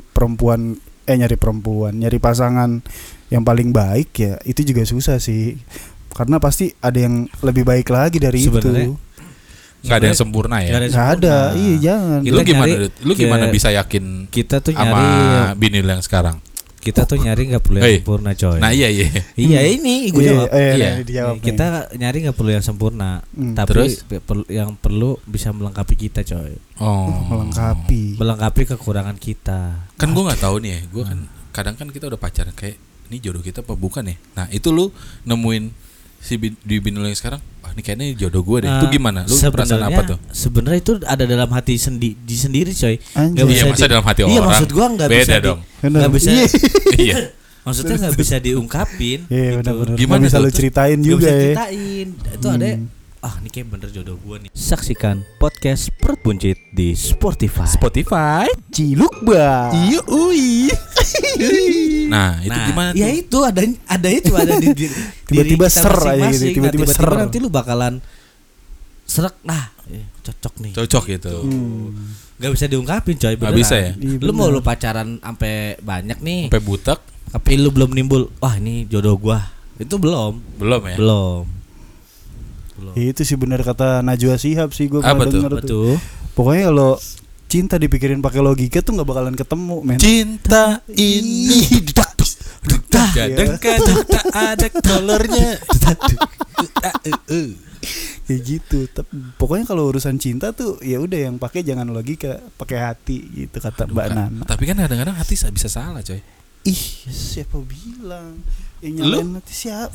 pasangan yang paling baik ya, itu juga susah sih. Karena pasti ada yang lebih baik lagi dari sebenarnya, itu. Nggak ada yang sempurna ya. Nggak ada. Iya jangan. Lu gimana bisa yakin kita tuh sama bini lu yang sekarang? Kita tuh nyari nggak perlu yang sempurna coy. Nah iya. Iya ini gue jawab. Dijawab kita nyari nggak perlu yang sempurna, tapi terus? Yang perlu bisa melengkapi kita coy. Melengkapi kekurangan kita. Kan gue nggak tahu nih ya. Gue kan kadang kan kita udah pacaran kayak ini jodoh kita apa bukan ya. Nah itu lu nemuin si bini lu yang sekarang, ini kayaknya jodoh gue deh. Itu gimana? Lu perasaan apa tuh? Sebenarnya itu ada dalam hati sendiri coy. Iya, masa dalam hati orang. Iya, maksud gue nggak bisa dong. Nggak bisa. Iya. Maksudnya nggak bisa diungkapin. Iya gitu. benar. Gimana bisa lu ceritain juga ya? Ceritain. Itu ada. Ini kayak bener jodoh gue nih. Saksikan podcast Perut Buncit di Spotify. Cilukba. Iya, Nah, itu gimana tuh? Ya itu adanya cuma ada di tiba-tiba ser aja gitu, tiba-tiba ser. Nanti lu bakalan serak. Cocok nih. Cocok gitu. Gak bisa diungkapin coy. Gak bisa ya. Lu mau lu pacaran sampai banyak nih. Sampai butek. Tapi lu belum nimbul. Wah ini jodoh gua. Itu belum. Belum ya. Belum. Itu sih benar kata Najwa Shihab sih, gue pernah denger tuh. Pokoknya kalau cinta dipikirin pakai logika tuh nggak bakalan ketemu men. Cinta ini Kadang tak ada kolornya. Kayak gitu. Pokoknya kalau urusan cinta tuh ya udah yang pakai jangan logika, pakai hati gitu kata Mbak Nana. Tapi kan kadang-kadang hati bisa salah, coy. Ih, siapa bilang? Yang nyalain hati siapa?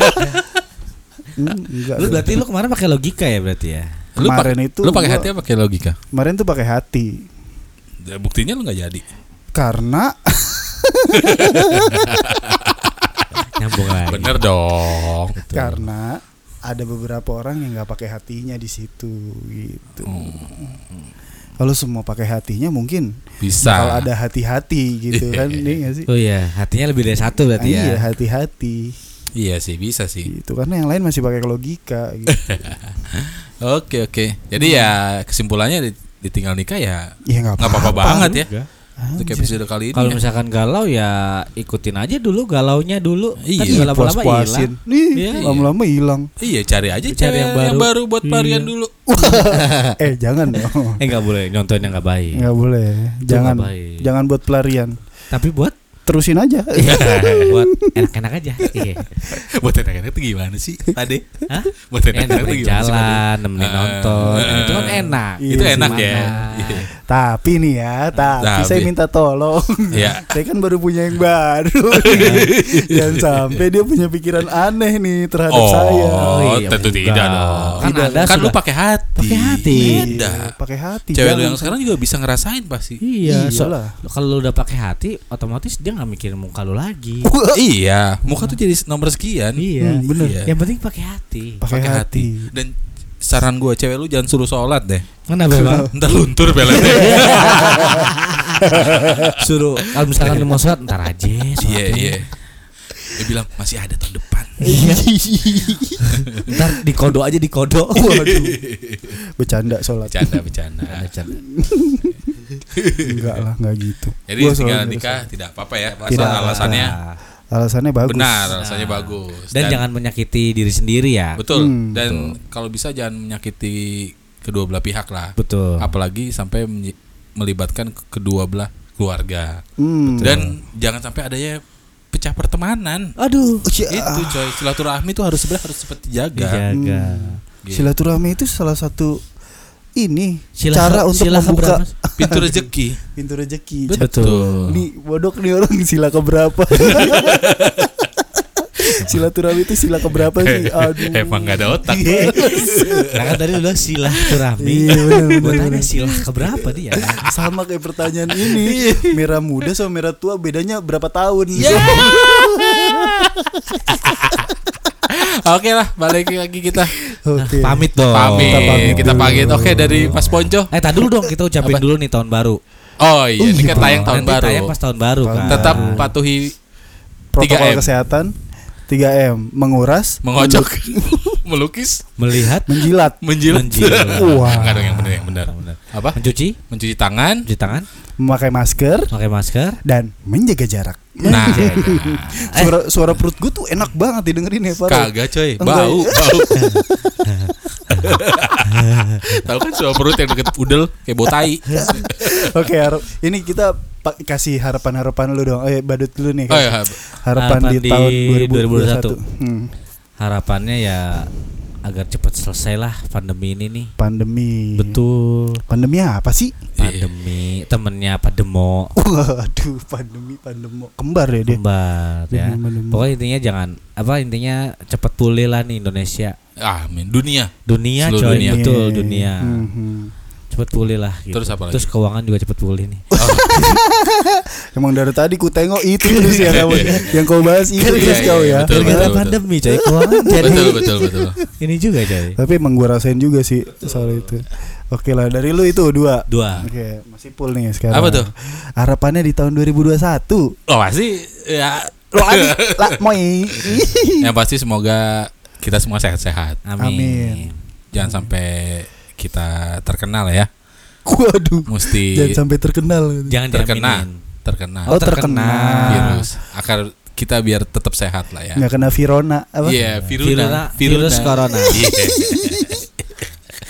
Enggak. Lu berarti lu kemarin pakai logika ya berarti ya? Lu pakai hati apa pakai logika? Kemarin tuh pakai hati. Buktinya lu nggak jadi. Karena nyambung lagi. Bener dong. Betul. Karena ada beberapa orang yang nggak pakai hatinya di situ gitu. Kalau semua pakai hatinya mungkin bisa. Kalau ada hati-hati gitu kan, nih nggak sih? Oh iya, hatinya lebih dari satu berarti ya. Iya, hati-hati. Iya sih, bisa sih. Itu karena yang lain masih pakai logika gitu. Oke. Jadi ya kesimpulannya ditinggal nikah ya. Ya nggak apa-apa banget ya. Untuk Anjir. episode kali ini. Kalau misalkan galau ya ikutin aja dulu galaunya dulu. Iya. Kan lama-lama hilang. Puas-puasin. Nih, Iya. lama-lama hilang. Iya, cari aja Cari cewek yang yang baru. baru buat pelarian dulu. Jangan dong. Nggak boleh nyontohin yang nggak baik. Nggak boleh. Jangan. nggak baik. Jangan buat pelarian. Tapi buat Terusin aja. buat enak-enak aja. Iya. Buat enak-enak itu gimana sih tadi? Hah? Buat enak-enak itu Nemenin gimana sih? jalan, nemenin nonton. Itu kan enak. Itu Iya, enak gimana? ya. Iya. Tapi nih ya, tapi saya minta tolong. Iya. Saya kan baru punya yang baru. Jangan sampai dia punya pikiran aneh nih terhadap saya. Oh, iya, tentu enggak. tidak dong. Kan Anda Kan lu sudah pakai hati. pakai hati. Beda. Pakai hati. Cewek lu jangan. yang sekarang juga bisa ngerasain pasti. Iya, Iyalah. kalau lu udah pakai hati, otomatis dia nggak mikirin muka lu lagi. Iya, muka tuh jadi nomor sekian. Iya, bener. Iya. Yang penting pakai hati. Pakai hati. Dan saran gua cewek lu jangan suruh sholat deh. Kenapa bang? Ntar luntur peletnya. Suruh kalau misalkan lu mau sholat ntar aja. Iya. Dia bilang masih ada tahun depan. Iya. Ntar dikodo aja dikodo. Waduh. Bercanda sholat. Bercanda. Enggak lah, enggak gitu. Jadi Gua tinggal selalu nikah tidak apa-apa ya. Asal Tidak. alasannya Alasannya bagus. benar, alasannya bagus. Dan jangan menyakiti diri sendiri ya. betul. Hmm, Dan kalau bisa jangan menyakiti kedua belah pihak lah. Betul. Apalagi sampai melibatkan kedua belah keluarga. Dan jangan sampai adanya pecah pertemanan. Aduh. Itu coy, silaturahmi itu harus cepat dijaga. Dijaga. Gitu. Silaturahmi itu salah satu Sila- cara untuk sila membuka keberapa? Pintu rezeki. pintu rezeki. Betul. Nih bodok nih orang sila keberapa? Silaturahmi itu sila keberapa sih? Aduh. Emang gak ada otak. Nah kan tadi udah silaturahmi. Iya, bener. Gua tanya silah keberapa dia? Sama kayak pertanyaan ini. Merah muda sama merah tua bedanya berapa tahun? Oke lah, balik lagi kita. Oke. Pamit dong. Kita pamit. Oke, dari Mas Ponco. Tadi dulu dong kita ucapin Apa? dulu nih tahun baru. Oh iya, ini kan tayang tahun Nanti baru. Tayang pas tahun baru kan. Tetap patuhi Protokol 3M. kesehatan 3M, menguras, mengocok, melukis, melihat, menjilat. menjilat. Wah. Enggak dong yang benar. Apa? mencuci Tangan. tangan, memakai masker pakai masker. dan menjaga jarak. Nah, Suara perut gue tuh enak banget didengerin ya, Pak. kagak coy, Enggak. bau. Tahu kan suara perut yang deket udel kayak bau tai. Oke, ini kita kasih harapan-harapan lu dong. Badut dulu nih. Oh iya. Harapan di tahun 2021. 2021. Harapannya ya agar cepat selesai lah pandemi ini nih. Pandemi. Betul. Pandemi apa sih? Pandemi temennya Pademo. Waduh, pandemi. Kembar ya dia. Kembar ya. Pandemi. Pokoknya intinya cepat pulih lah nih Indonesia. Amin. Dunia. Dunia Seluruh coy, dunia. betul dunia. Cepat pulih lah gitu. Terus apa lagi? Terus keuangan juga cepat pulih nih. Emang dari tadi ku tengok itu terus yang kau bahas itu terus Iya, kau ya. betul. Gara-gara pandemi coy, keuangan jadi Betul. ini juga coy. Tapi emang gua rasain juga sih soal itu. Oke lah, dari lu itu 2. Dua. Oke, masih full nih sekarang. Apa tuh? Harapannya di tahun 2021. Oh pasti ya. Moi. Yang pasti semoga kita semua sehat-sehat. Amin. Jangan sampai kita terkenal ya. Waduh. Mesti Jangan sampai terkenal. Jangan terkena. Oh, terkena. Virus. Agar kita biar tetap sehat lah ya. Nggak kena Virona apa? Iya, virus Virus corona. Iya.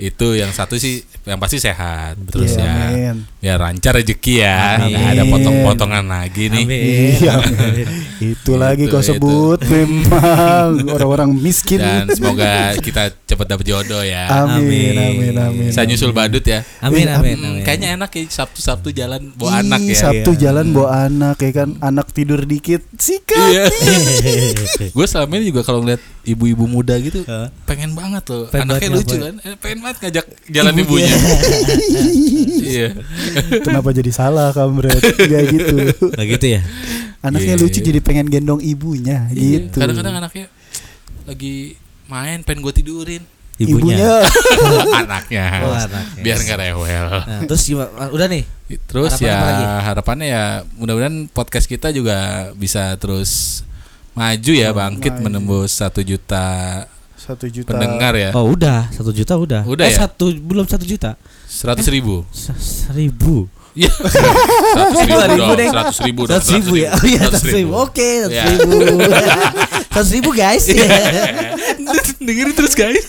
Itu yang satu sih yang pasti sehat. Terus Iya, amin. ya lancar rezeki ya. Amin. Nggak ada potong-potongan lagi nih. Iya, itu lagi kau sebut memang orang-orang miskin. Dan semoga kita cepat dapat jodoh ya. Amin, amin, amin. Saya nyusul badut ya. Amin, amin, amin. Kayaknya enak ya Sabtu jalan bawa anak ya. Sabtu jalan bawa anak ya kan, anak tidur dikit sikat. Iya. Gue selama ini juga kalau ngeliat ibu-ibu muda gitu pengen banget loh. Anaknya lucu kan. Pengen banget ngajak jalan ibunya. Iya. Kenapa jadi salah kamret? Kayak gitu. Nah gitu ya. Anaknya lucu jadi pengen gendong ibunya gitu. Kadang-kadang anaknya lagi main pengen gue tidurin. Ibunya. Anaknya. Oh, anaknya. Biar nggak rewel. Nah, terus gimana? Udah nih. Terus Harapannya apa lagi? harapannya ya mudah-mudahan podcast kita juga bisa terus maju ya, bangkit maju. menembus 1 juta 1 juta pendengar ya. Oh udah 1 juta udah. Udah ya? Belum 1 juta. 100.000. 1.000. Iya. 100.000 dong. 100.000 dong. 100.000 ya. Oh iya 100.000. Oke 100.000. 100.000 guys. Dengerin terus guys.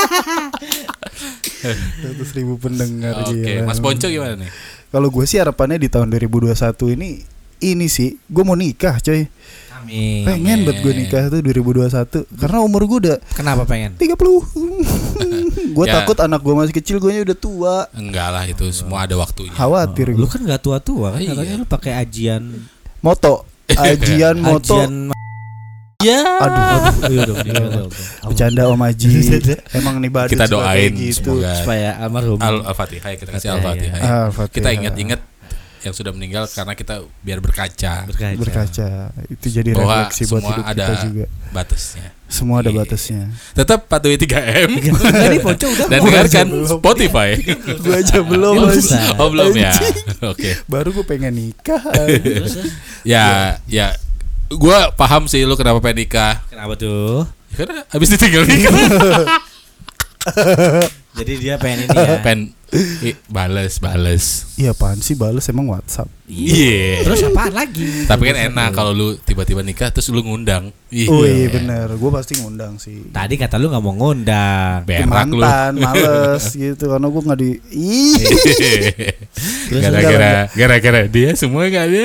100.000 pendengar. Oke, gila. Mas Ponco gimana nih? Kalau gue sih harapannya di tahun 2021 ini sih gue mau nikah coy. Amin. Pengen buat gue nikah tuh 2021 karena umur gue udah Kenapa pengen? 30. Gue Ya. takut anak gue masih kecil, gue udah tua. Enggak lah, itu semua ada waktunya. Khawatir Lu gue. kan gak tua-tua kan? Iya. Katanya lu pakai ajian. Moto, ajian moto. Ya. Aduh, Iya dong, iya dong. bercanda Om Aji. Emang nih badut Kita suka doain kayak gitu. semoga Supaya almarhum. Al-Fatihah, kita kasih Iya, Al-Fatihah. iya. ya. Al-Fatihah. Kita ingat-ingat yang sudah meninggal karena kita biar berkaca Berkaca. Itu jadi bahwa refleksi buat semua hidup ada kita juga. batasnya. Semua ada Iya. batasnya. Tetap patuhi 3M Tadi Ponco udah dan mau. dengarkan Spotify. Gue aja belum. Belum Mas. selesai. Oh belum ya. Anjing. Oke. Baru gue pengen nikah. Ya, gue paham sih lu kenapa pengen nikah. Kenapa tuh? Karena habis ditinggal nikah. Jadi dia pengen ini ya. Pengen bales. Iya apaan sih bales emang WhatsApp. Iya. Terus apaan lagi? Tapi kan enak kalau lu tiba-tiba nikah terus lu ngundang. Oh iya bener, gue pasti ngundang sih. Tadi kata lu gak mau ngundang. Berak lu. Mantan, males gitu karena gue nggak di. Gara-gara dia semua gak ada.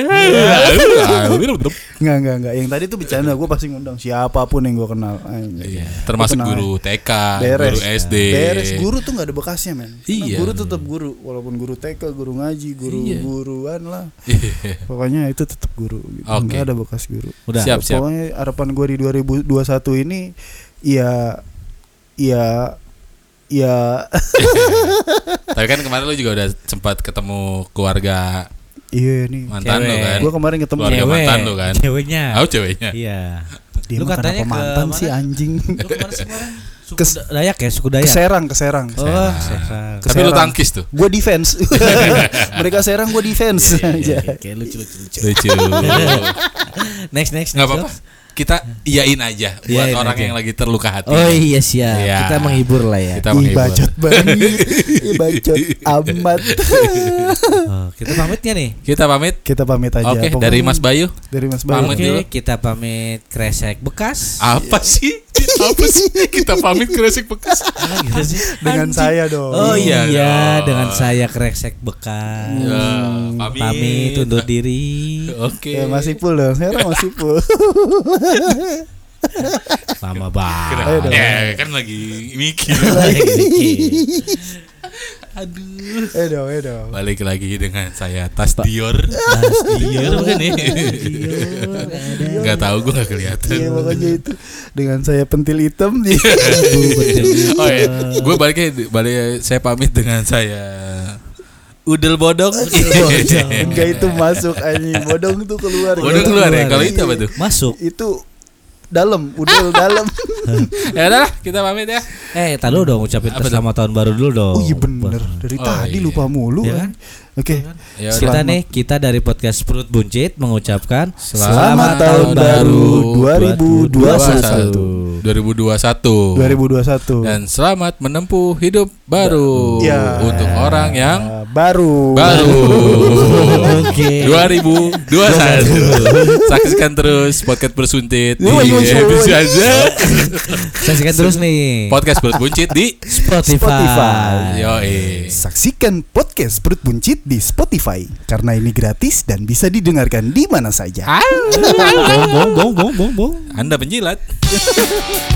Nggak. Yang tadi tuh bercanda, gue pasti ngundang siapapun yang gue kenal. Iya, termasuk Gua kenal. guru TK, Beres. guru SD. Beres, guru tuh nggak ada bekasnya men. Karena Iya. Guru tetap guru, walaupun guru TK, guru ngaji, guruan lah. Iya. Pokoknya itu tetap guru. Gitu. Oke. Nggak ada bekas guru. Udah. Siap. Pokoknya harapan gue di 2021 ini ya. Tapi kan kemarin lu juga udah sempat ketemu keluarga Iya nih. mantan lu kan. Gue kemarin ketemu Keluarga mantan lu kan. Ceweknya. Oh ceweknya. Iya. dia Lu mah katanya kenapa ke mantan mana? sih anjing. Lu kemana sih kemarin? Suku Kes- Dayak ya, suku Dayak. ke Serang. Oh, Serang. Tapi lu tangkis tuh. Gue defense. Mereka Serang, gue defense aja. Kayak lucu. Lucu. Next. Nggak apa-apa. Kita iyain aja buat Iyain orang aja. yang lagi terluka hati. Oh iya siap. Iya. Kita menghibur lah ya. Kita Ih menghibur. bacot banget. Ih bacot amat. Oh, kita pamitnya nih. Kita pamit. Kita pamit aja. Oke, Pokoknya dari Mas Bayu. Dari Mas Bayu. Pamit Oke, dulu. kita pamit kresek bekas. Apa sih? Apa sih? Kita pamit kresek bekas. Ah, gitu sih. Dengan saya dong. Oh Iya iya, dong. dengan saya kresek bekas. Ya, Pamit undur diri. Oke. Ya, masih full dong. Sekarang masih full. Lama banget. Ayo dong. Ya, kan lagi mikir. Aduh. Eh dong. Balik lagi dengan saya Tas Dior. Dior bukan nih? Enggak tahu, gue enggak Iya kelihatan. makanya itu. Dengan saya pentil hitam nih. Oh iya, gue balik saya pamit dengan saya Udel Bodong. Enggak itu masuk anjing. Bodong itu keluar. Bodong keluar ya. Kalau itu apa tuh? Masuk. Itu dalam, udah dalam. Ya udah, kita pamit ya. Tadi dong ngucapin Apa tuh? selamat tahun baru dulu dong. Oh iya bener. Dari Oh, tadi iya. lupa mulu Iya kan. Oke. Ya Kita udah. nih, kita dari podcast Perut Buncit mengucapkan Selamat tahun baru 2021. 2021. 2021. Dan selamat menempuh hidup baru Ya. untuk orang yang baru. Oke. 2021. Saksikan terus podcast Bersuntit di episode. Saksikan terus nih Podcast Perut Buncit di Spotify. Yoi. Saksikan podcast Perut Buncit di Spotify karena ini gratis dan bisa didengarkan di mana saja. Bong. Anda penjilat.